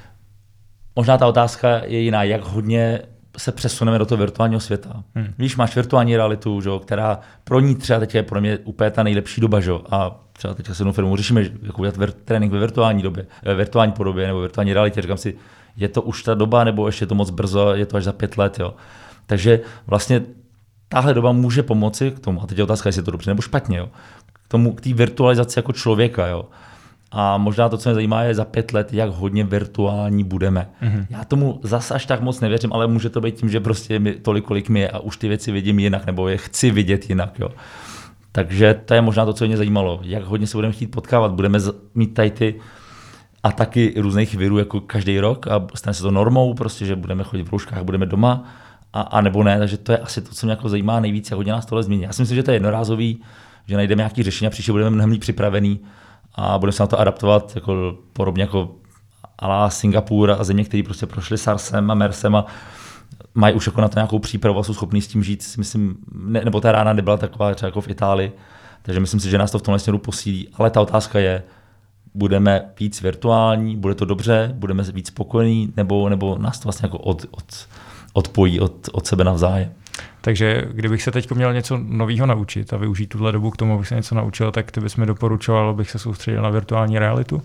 možná ta otázka je jiná, jak hodně se přesuneme do toho virtuálního světa. Hmm. Víš, máš virtuální realitu, že, která pro ní třeba teď je pro mě úplně ta nejlepší doba, že? A třeba teďka s jednou firmou řešíme, jak udělat vir- trénink ve virtuální době, ve virtuální podobě nebo virtuální realitě. Říkám si, je to už ta doba, nebo ještě je to moc brzo, je to až za pět let. Jo? Takže vlastně tahle doba může pomoci k tomu, a teď je otázka, jestli je to dobře nebo špatně, jo? K tomu, k té virtualizaci jako člověka. Jo? A možná to, co mě zajímá, je za pět let, jak hodně virtuální budeme. Mm-hmm. Já tomu zas až tak moc nevěřím, ale může to být tím, že prostě mi tolik, kolik mi je a už ty věci vidím jinak, nebo je chci vidět jinak. Jo? Takže to je možná to, co mě zajímalo. Jak hodně se budeme chtít potkávat. Budeme mít tady ty ataky různých virů jako každý rok a stane se to normou, prostě, že budeme chodit v rouškách, budeme doma, a, a nebo ne. Takže to je asi to, co mě jako zajímá nejvíc, jak hodně nás tohle změní. Já si myslím, že to je jednorázový, že najdeme nějaké řešení a příště budeme mnohem líp připravený a budeme se na to adaptovat jako podobně jako a la Singapur a země, které prostě prošly SARSem a MERSem a mají už jako na to nějakou přípravu a jsou schopní s tím žít, myslím, ne, nebo ta rána nebyla taková třeba jako v Itálii, takže myslím si, že nás to v tomhle směru posílí, ale ta otázka je, budeme víc virtuální, bude to dobře, budeme víc spokojení, nebo, nebo nás to vlastně jako od, od, odpojí od, od sebe navzájem. Takže kdybych se teď měl něco nového naučit a využít tuhle dobu k tomu, abych se něco naučil, tak ty bys mi doporučoval, abych se soustředil na virtuální realitu?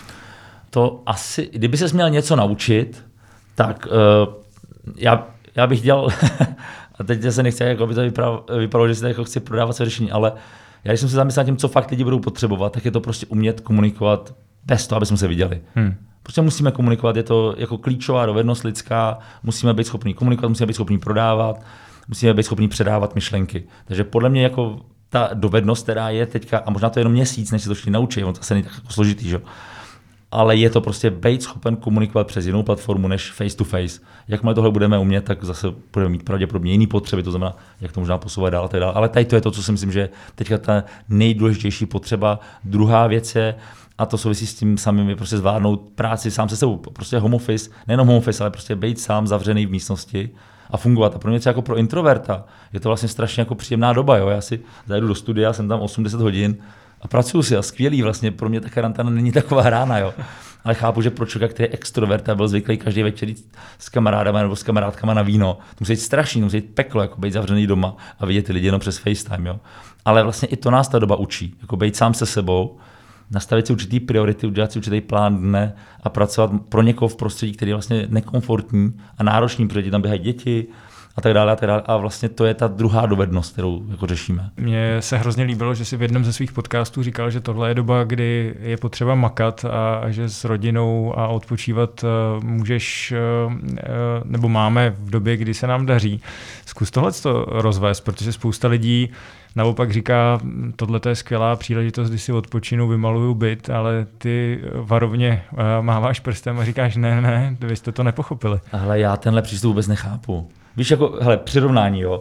To asi, kdyby ses měl něco naučit, tak uh, já, já bych dělal, a teď se nechci, jako by to vypadalo, vypadalo, že si jako chci prodávat své řešení, ale já když jsem se zamyslel tím, co fakt lidi budou potřebovat, tak je to prostě umět komunikovat bez toho, aby jsme se viděli. Hmm. Prostě musíme komunikovat, je to jako klíčová dovednost lidská, musíme být schopní komunikovat, musíme být schopní prodávat, musíme být schopní předávat myšlenky. Takže podle mě jako ta dovednost, která je teďka, a možná to je jenom měsíc, než se to všichni naučí, on to asi není tak jako složitý, že? Ale je to prostě být schopen komunikovat přes jinou platformu než face to face. Jakmile tohle budeme umět, tak zase budeme mít pravděpodobně jiný potřeby, to znamená, jak to možná posouvat dál a tak dále. Ale tady to je to, co si myslím, že je teďka ta nejdůležitější potřeba. Druhá věc je, a to souvisí s tím samým, je prostě zvládnout práci sám se sebou. Prostě home office, nejenom home office, ale prostě být sám zavřený v místnosti a fungovat. A pro mě třeba jako pro introverta je to vlastně strašně jako příjemná doba. Jo? Já si zajdu do studia, jsem tam osm deset hodin, a pracuju si a skvělý, vlastně pro mě ta karanténa není taková rána, jo. Ale chápu, že pro člověka, který je extrovert a byl zvyklý každý večer jít s kamarádama nebo s kamarádkama na víno, to musí být strašný, musí být peklo, jako být zavřený doma a vidět ty lidi jenom přes FaceTime, jo. Ale vlastně i to nás ta doba učí, jako být sám se sebou, nastavit si určitý priority, udělat si určitý plán dne a pracovat pro někoho v prostředí, který je vlastně nekomfortní a náročný, protože tam běhají děti, a tak dále a tak dále. A vlastně to je ta druhá dovednost, kterou jako řešíme. Mně se hrozně líbilo, že si v jednom ze svých podcastů říkal, že tohle je doba, kdy je potřeba makat a že s rodinou a odpočívat můžeš, nebo máme v době, kdy se nám daří. Zkus tohle to rozvést, protože spousta lidí naopak říká, tohle je skvělá příležitost, kdy si odpočinu, vymaluju byt, ale ty varovně máváš prstem a říkáš, ne, ne, vy jste to nepochopili. Ale já tenhle přístup vůbec nechápu. Víš, jako, hele, přirovnání, jo.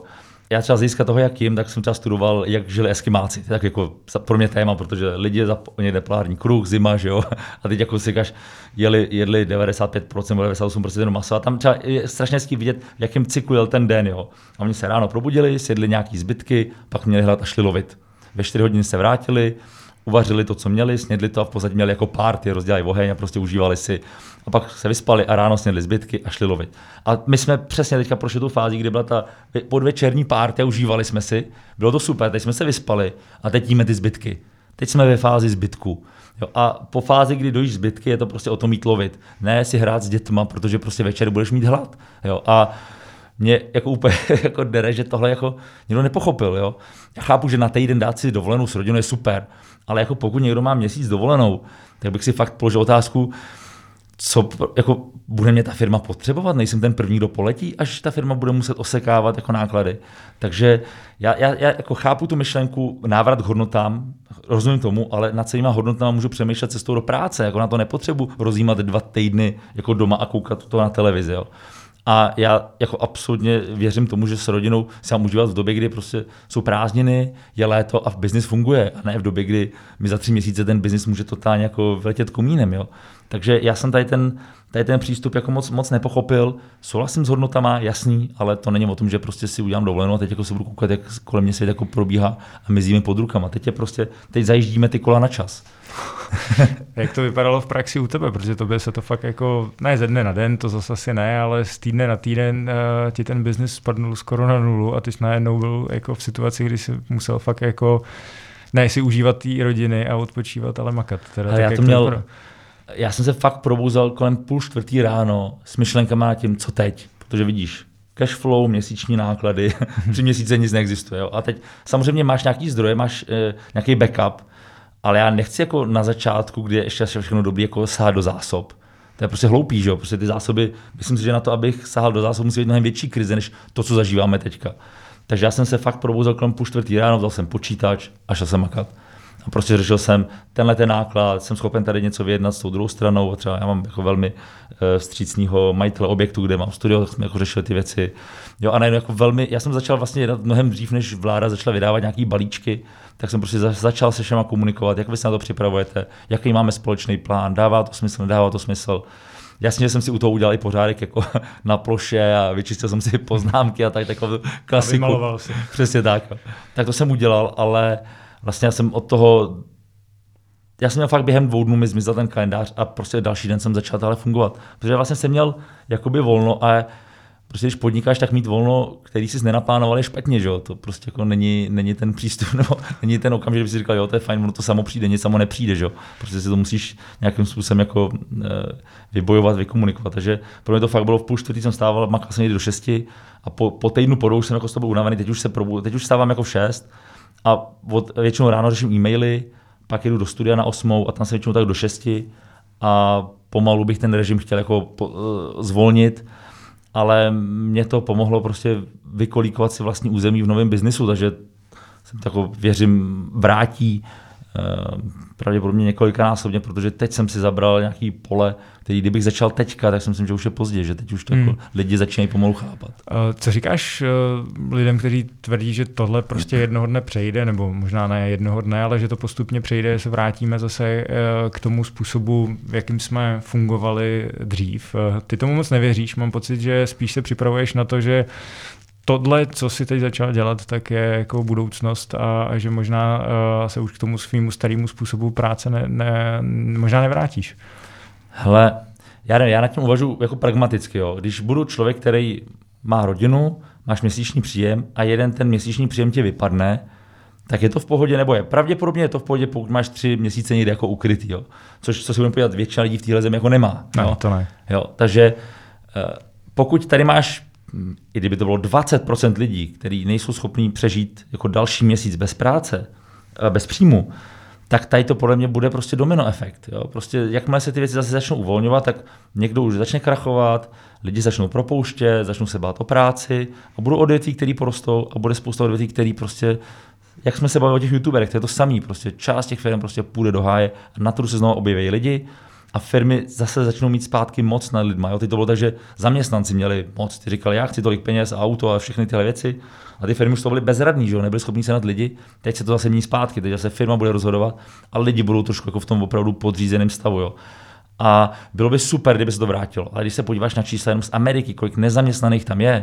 Já třeba z hlediska toho, jak jim, tak jsem třeba studoval, jak žili Eskimáci. To je tak jako pro mě téma, protože lidi za někde polární kruh, zima, že jo. A teď jako si říkáš, jeli, jedli devadesát pět procent, devadesát osm procent jenom maso. A tam třeba je strašně hezký vidět, jakým cyklu jel ten den, jo. A oni se ráno probudili, sjedli nějaký zbytky, pak měli hlad a šli lovit. Ve čtyři hodiny se vrátili, uvařili to, co měli, snědli to a v pozadí měli jako party, rozdělali oheň a prostě užívali si. A pak se vyspali a ráno snědli zbytky a šli lovit. A my jsme přesně teďka prošli tu fázi, kdy byla ta podvečerní party a užívali jsme si. Bylo to super, teď jsme se vyspali a teď jíme ty zbytky. Teď jsme ve fázi zbytku. Jo, a po fázi, kdy dojíš zbytky, je to prostě o tom mít lovit. Ne si hrát s dětma, protože prostě večer budeš mít hlad. Jo, a mě jako úplně jako dere, že tohle jako někdo nepochopil. Jo. Já chápu, že na týden dát si dovolenou s rodinou je super, ale jako pokud někdo má měsíc dovolenou, tak bych si fakt položil otázku, co jako bude mě ta firma potřebovat, nejsem ten první, kdo poletí, až ta firma bude muset osekávat jako náklady. Takže já, já, já jako chápu tu myšlenku, návrat k hodnotám, rozumím tomu, ale nad celýma hodnotama můžu přemýšlet cestou do práce, jako na to nepotřebuji rozjímat dva týdny jako doma a koukat to na televizi. Jo. A já jako absolutně věřím tomu, že s rodinou se mám užívat v době, kdy prostě jsou prázdniny, je léto a v biznis funguje. A ne v době, kdy mi za tři měsíce ten biznis může totálně jako vletět komínem. Jo. Takže já jsem tady ten, tady ten přístup jako moc, moc nepochopil. Souhlasím s hodnotama, jasný, ale to není o tom, že prostě si udělám dovolenou a teď jako se budu koukat, jak kolem mě svět jako probíhá a mizíme pod rukama. Teď je prostě, teď zajíždíme ty kola na čas. Jak to vypadalo v praxi u tebe? Protože tobě se to fakt jako, ne ze dne na den, to zase asi ne, ale z týdne na týden uh, ti ten biznis spadnul skoro na nulu a ty jsi najednou byl jako v situaci, kdy jsi musel fakt jako, ne si užívat té rodiny a odpočívat, ale makat. Teda, tak já, to to měl, vypadá? Já jsem se fakt probouzel kolem půl čtvrtý ráno s myšlenkama na tím, co teď, protože vidíš, cash flow, měsíční náklady, tři měsíce nic neexistuje. Jo? A teď samozřejmě máš nějaký zdroje, máš eh, nějaký backup, ale já nechci jako na začátku, kdy je ještě všechno dobrý, jako sahat do zásob. To je prostě hloupý, že jo? Prostě ty zásoby, myslím si, že na to, abych sahal do zásob, musí být mnohem větší krize, než to, co zažíváme teďka. Takže já jsem se fakt probouzel kolem půl čtvrtý ráno, vzal jsem počítač a šel jsem makat. A prostě řešil jsem tenhle ten náklad, jsem schopen tady něco vyjednat s tou druhou stranou. A třeba já mám jako velmi uh, vstřícného majitele objektu, kde mám studio, tak jsme jako řešili ty věci. Jo, a najednou jako velmi, já jsem začal vlastně jednat mnohem dřív, než vláda začala vydávat nějaký balíčky, tak jsem prostě za, začal se všema komunikovat, jak vy se na to připravujete, jaký máme společný plán, dává to smysl, nedává to smysl. Jasně, že jsem si u toho udělal i pořádek jako na ploše a vyčistil jsem si poznámky a tak takovou klasiku. A vymaloval si. Přesně tak. Tak to jsem udělal, ale vlastně já jsem od toho, já jsem měl fakt během dvou dnů mi zmizel ten kalendář a prostě další den jsem začal dále fungovat. Protože vlastně jsem měl jakoby volno a prostě když podnikáš, tak mít volno, který jsi nenaplánoval, je špatně, že jo? To prostě jako není, není ten přístup, nebo není ten okamžik, kdyby si říkal, jo, to je fajn, ono to samo přijde, nic samo nepřijde, že jo? Prostě si to musíš nějakým způsobem jako e, vybojovat, vykomunikovat. Takže pro mě to fakt bylo v půl čtvrtý, jsem stával, makal jsem někdy do šesti a po, po týdnu po dvou jsem jako z toho byl unavený, teď už se probu, teď už stávám jako v šest. A od, většinou ráno řeším e-maily, pak jedu do studia na osmou a tam se většinou tak do šesti a pomalu bych ten režim chtěl jako po, uh, zvolnit, ale mě to pomohlo prostě vykolíkovat si vlastní území v novém biznisu, takže jsem tako věřím vrátí uh, pravděpodobně několikanásobně, protože teď jsem si zabral nějaký pole, který kdybych začal teďka, tak si myslím, že už je pozdě, že teď už to hmm. jako lidi začínají pomalu chápat. Co říkáš lidem, kteří tvrdí, že tohle prostě jednoho dne přejde, nebo možná ne jednoho dne, ale že to postupně přejde, že se vrátíme zase k tomu způsobu, v jakým jsme fungovali dřív. Ty tomu moc nevěříš, mám pocit, že spíš se připravuješ na to, že tohle, co si teď začal dělat, tak je jako budoucnost a, a že možná uh, se už k tomu svýmu starému způsobu práce ne, ne, možná nevrátíš. Hele, já, já nad tím uvažuji jako pragmaticky. Jo. Když budu člověk, který má rodinu, máš měsíční příjem a jeden ten měsíční příjem ti vypadne, tak je to v pohodě nebo je? Pravděpodobně je to v pohodě, pokud máš tři měsíce někde jako ukrytý. Jo. Což, co si budeme podívat, většina lidí v téhle zemi jako nemá. Ne, jo. to ne. Jo. Takže pokud tady máš, i kdyby to bylo dvacet procent lidí, kteří nejsou schopní přežít jako další měsíc bez práce, bez příjmu, tak tady to podle mě bude prostě domino efekt. Jo? Prostě jakmile se ty věci zase začnou uvolňovat, tak někdo už začne krachovat, lidi začnou propouštět, začnou se bát o práci a budou odvětví, který porostou a bude spousta odvětví, který prostě, jak jsme se bavili o těch youtuberech, to je to samý, prostě část těch firm prostě půjde do háje a na trhu se znovu objeví lidi a firmy zase začnou mít zpátky moc nad lidma. Jo? Teď to bylo tak, že zaměstnanci měli moc, ty říkali, já chci tolik peněz, auto a všechny tyhle věci. A ty firmy už to byly bezradní, že jo? Nebyly schopní se nad lidi. Teď se to zase mění zpátky, teď zase firma bude rozhodovat a lidi budou trošku jako v tom opravdu podřízeném stavu. Jo? A bylo by super, kdyby se to vrátilo. Ale když se podíváš na čísla jenom z Ameriky, kolik nezaměstnaných tam je,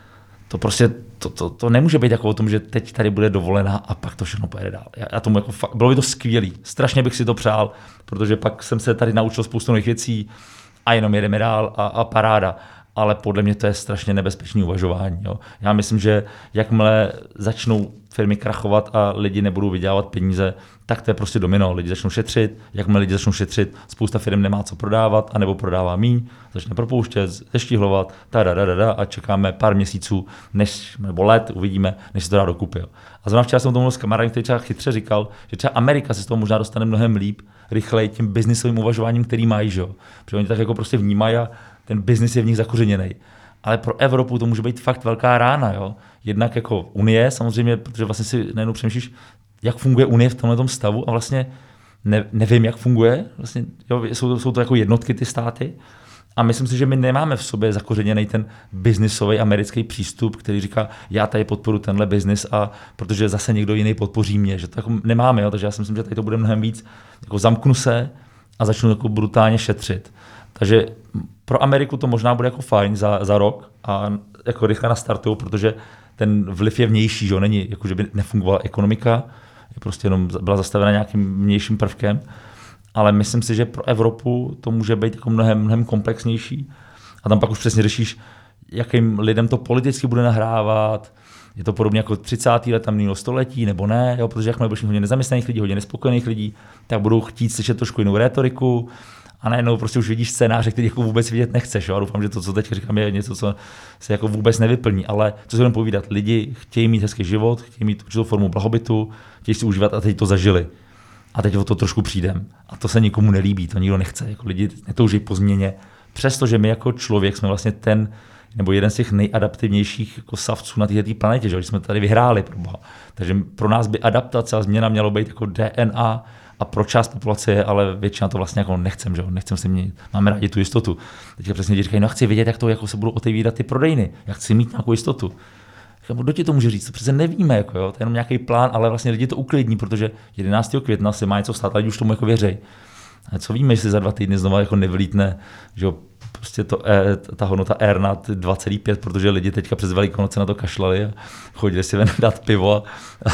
to prostě to, to, to nemůže být jako o tom, že teď tady bude dovolená a pak to všechno pojede dál. Já, já tomu jako fakt, bylo by to skvělý. Strašně bych si to přál, protože pak jsem se tady naučil spoustu nových věcí a jenom jedeme dál a, a paráda. Ale podle mě to je strašně nebezpečné uvažování. Jo. Já myslím, že jakmile začnou firmy krachovat a lidi nebudou vydělávat peníze, tak to je prostě domino. Lidi začnou šetřit, jakmile lidi začnou šetřit, spousta firm nemá co prodávat, anebo prodává míň, začne propouštět, zeštíhlovat, tada, a čekáme pár měsíců, než, nebo let, uvidíme, než se to dá dokupy. A zrovna včera jsem tomu s kamarádem, který třeba chytře říkal, že třeba Amerika se z toho možná dostane mnohem líp, rychleji tím biznisovým uvažováním, který mají, že jo. Protože oni tak jako prostě vnímají a ten biznis je v nich zakořeněný. Ale pro Evropu to může být fakt velká rána, jo. Jednak jako Unie, samozřejmě, protože vlastně si najednou přemýšlíš, jak funguje Unie v tomhle stavu a vlastně ne, nevím, jak funguje. Vlastně, jo, jsou, jsou to jako jednotky ty státy a myslím si, že my nemáme v sobě zakořeněný ten biznisový americký přístup, který říká, já tady podporu tenhle biznis a protože zase někdo jiný podpoří mě, že to jako nemáme, jo. Takže já si myslím, že tady to bude mnohem víc, jako zamknu se a začnu jako brutálně šetřit. Takže pro Ameriku to možná bude jako fajn za, za rok a jako rychle nastartují, protože ten vliv je vnější, že není, jako že by nefungovala ekonomika, je prostě jenom byla zastavena nějakým vnějším prvkem, ale myslím si, že pro Evropu to může být jako mnohem, mnohem komplexnější a tam pak už přesně řešíš, jakým lidem to politicky bude nahrávat, je to podobně jako třicátá let minulého století, nebo ne, jo, protože jakmile budeš mít hodně nezaměstnaných lidí, hodně nespokojených lidí, tak budou chtít slyšet trošku jinou rétoriku, a najednou prostě už vidíš scénáře, který jako vůbec vidět nechceš. Jo? A doufám, že to, co teď říkám, je něco, co se jako vůbec nevyplní. Ale co se budeme povídat, lidi chtějí mít hezký život, chtějí mít určitou formu blahobytu, chtějí si užívat a teď to zažili. A teď o to trošku přijdem. A to se nikomu nelíbí, to nikdo nechce. Jako lidi netouží po změně. Přestože my jako člověk jsme vlastně ten, nebo jeden z těch nejadaptivnějších jako savců na této planetě, že jsme tady vyhráli. Takže pro nás by adaptace a změna mělo být jako D N A, a pro část populace je, ale většina to vlastně jako nechcem, že jo, nechcem si měnit. Máme rádi tu jistotu. Teď přesně lidi říkají, no chci vědět, jak to jako se budou otevírat ty prodejny, jak chci mít nějakou jistotu. Kdo ti to může říct? To přece nevíme, jako jo, to je jenom nějaký plán, ale vlastně lidi to uklidní, protože jedenáctého května se má něco stát, a lidi už tomu jako věří. A co víme, že se za dva týdny znova jako nevylítne, že jo, prostě to, ta hodnota R nad dva celá pět, protože lidi teďka přes Velikonoce na to kašlali a chodili si ven dát pivo a,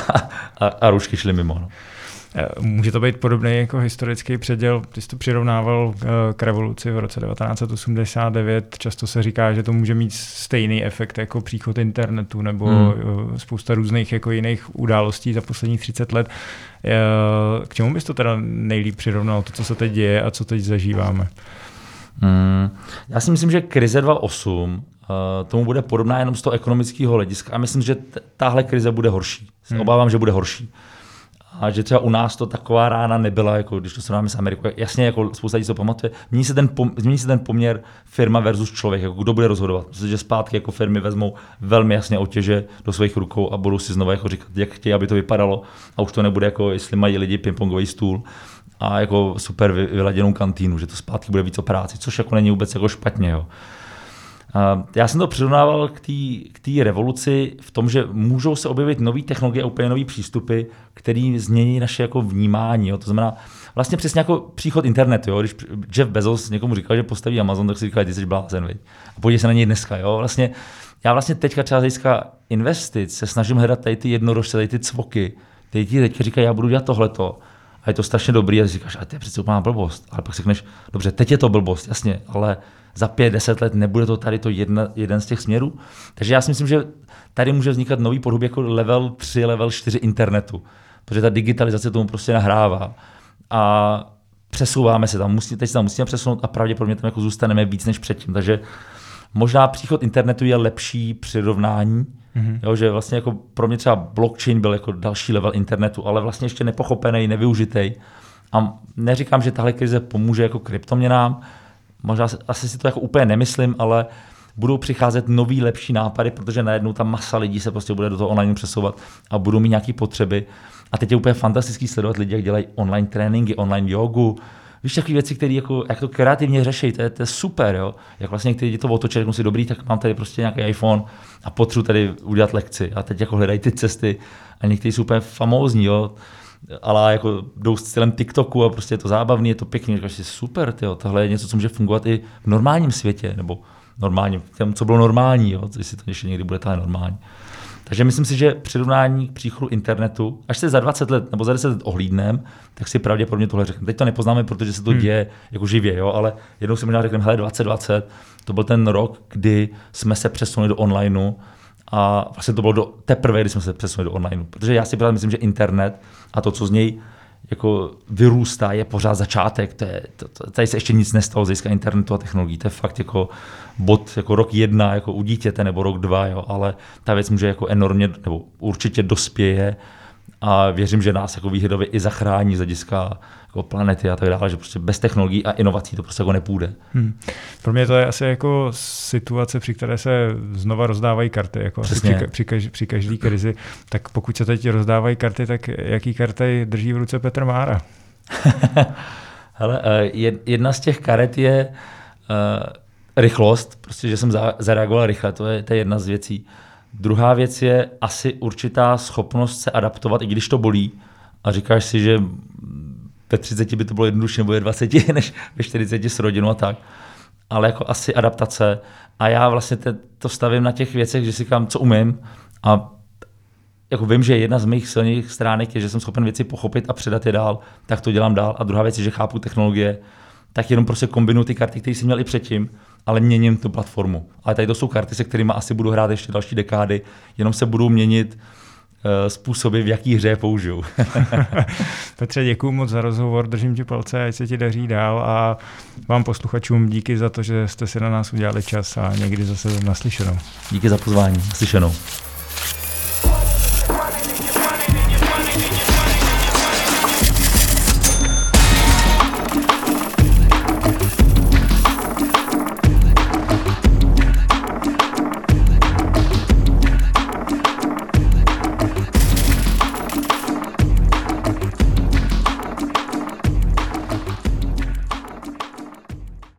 a, a rušky šly mimo. No. Může to být podobný jako historický předěl, ty jsi to přirovnával k revoluci v roce devatenáct set osmdesát devět, často se říká, že to může mít stejný efekt jako příchod internetu nebo hmm. spousta různých jako jiných událostí za posledních třicet let. K čemu bys to teda nejlíp přirovnal, to, co se teď děje a co teď zažíváme? Hmm. Já si myslím, že krize dva tisíce osm uh, tomu bude podobná jenom z toho ekonomického hlediska a myslím, že t- tahle krize bude horší. Hmm. Obávám, že bude horší. A že třeba u nás to taková rána nebyla, jako když to srovnáme s Amerikou. Jasně, jako spousta lidí to pamatuje. Mění se ten, pom- změní se ten poměr firma versus člověk, jako kdo bude rozhodovat. Protože zpátky jako firmy vezmou velmi jasně otěže do svých rukou a budou si znovu jako říkat, jak chtějí, aby to vypadalo. A už to nebude jako, jestli mají lidi pingpongový stůl a jako super vyladěnou kantýnu, že to zpátky bude víc o práci, což jako není vůbec jako špatně. Jo. Já jsem to přirovnával k té revoluci v tom, že můžou se objevit nové technologie a úplně nové přístupy, které změní naše jako vnímání. Jo. To znamená vlastně přesně jako příchod internetu. Jo. Když Jeff Bezos někomu říkal, že postaví Amazon, tak si říkal, ty jsi blázen. Viď? A podívej se na něj dneska. Jo. Vlastně, já vlastně teďka třeba z hlediska investic se snažím hledat tady ty jednorožce, tady ty cvoky. Teď ti teďka říkají, já budu dělat tohleto. A je to strašně dobrý a říkáš, a to je přece úplná blbost. Ale pak si řekneš, dobře, teď je to blbost, jasně, ale za pět, deset let nebude to tady to jedna, jeden z těch směrů. Takže já si myslím, že tady může vznikat nový podob jako level tři, level čtyři internetu. Protože ta digitalizace tomu prostě nahrává. A přesouváme se tam, musí, teď se tam musíme přesunout a pravděpodobně tam jako zůstaneme víc než předtím. Takže možná příchod internetu je lepší přirovnání, mm-hmm. jo, že vlastně jako pro mě třeba blockchain byl jako další level internetu, ale vlastně ještě nepochopený, nevyužitý. A neříkám, že tahle krize pomůže jako kryptoměnám, možná asi si to jako úplně nemyslím, ale budou přicházet nový, lepší nápady, protože najednou ta masa lidí se prostě bude do toho online přesouvat a budou mít nějaké potřeby. A teď je úplně fantastický sledovat lidi, jak dělají online tréninky, online jogu, víš, takové věci, které jako, jak to kreativně řeší, to je, to je super, jo. Jak vlastně někteří lidi to otočí, řeknou si, dobrý, tak mám tady prostě nějaký iPhone a potřebuji tady udělat lekci. A teď jako hledají ty cesty a někteří jsou úplně famózní, jo. Ale jako jdou s stylem TikToku a prostě je to zábavný, je to pěkný, říkáš si, super, tyjo, tohle je něco, co může fungovat i v normálním světě, nebo normálním, těm, co bylo normální, jo, jestli to ještě někdy bude tohle normální. Takže myslím si, že přirovnání k příchodu internetu, až se za dvacet let nebo za deset let ohlídneme, tak si pravděpodobně tohle řekneme. Teď to nepoznáme, protože se to hmm. děje jako živě, jo, ale jednou si možná řekneme, hele, dvacet dvacet, to byl ten rok, kdy jsme se přesunuli do onlineu a vlastně to bylo do, teprve, kdy jsme se přesunuli do onlineu. Protože já si právě myslím, že internet a to, co z něj jako vyrůstá, je pořád začátek. To je, to, to, tady se ještě nic nestalo z hlediska internetu a technologií. To je fakt jako bod jako rok jedna, jako u dítěte, nebo rok dva, jo, ale ta věc může jako enormně, nebo určitě dospěje a věřím, že nás jako výhledově i zachrání z hlediska jako planety a tak dále, že prostě bez technologií a inovací to prostě jako nepůjde. Hmm. Pro mě to je asi jako situace, při které se znova rozdávají karty, jako při, při, kaž, při každé krizi. Tak pokud se teď rozdávají karty, tak jaký karty drží v ruce Petr Mára? Hele, jedna z těch karet je uh, rychlost, prostě, že jsem zareagoval rychle, to je, to je jedna z věcí. Druhá věc je asi určitá schopnost se adaptovat, i když to bolí a říkáš si, že ve třiceti by to bylo jednodušší, nebo ve dvaceti, než ve čtyřiceti s rodinou a tak. Ale jako asi adaptace. A já vlastně to stavím na těch věcech, že si říkám, co umím a jako vím, že jedna z mých silných stránek je, že jsem schopen věci pochopit a předat je dál, tak to dělám dál. A druhá věc je, že chápu technologie, tak jenom prostě kombinuju ty karty, které jsem měl i předtím, ale měním tu platformu. Ale tady to jsou karty, se kterými asi budu hrát ještě další dekády, jenom se budou měnit uh, způsoby, v jaký hře je použiju. Petře, děkuju moc za rozhovor, držím ti palce, ať se ti daří dál a vám posluchačům díky za to, že jste si na nás udělali čas a někdy zase naslyšenou. Díky za pozvání, naslyšenou.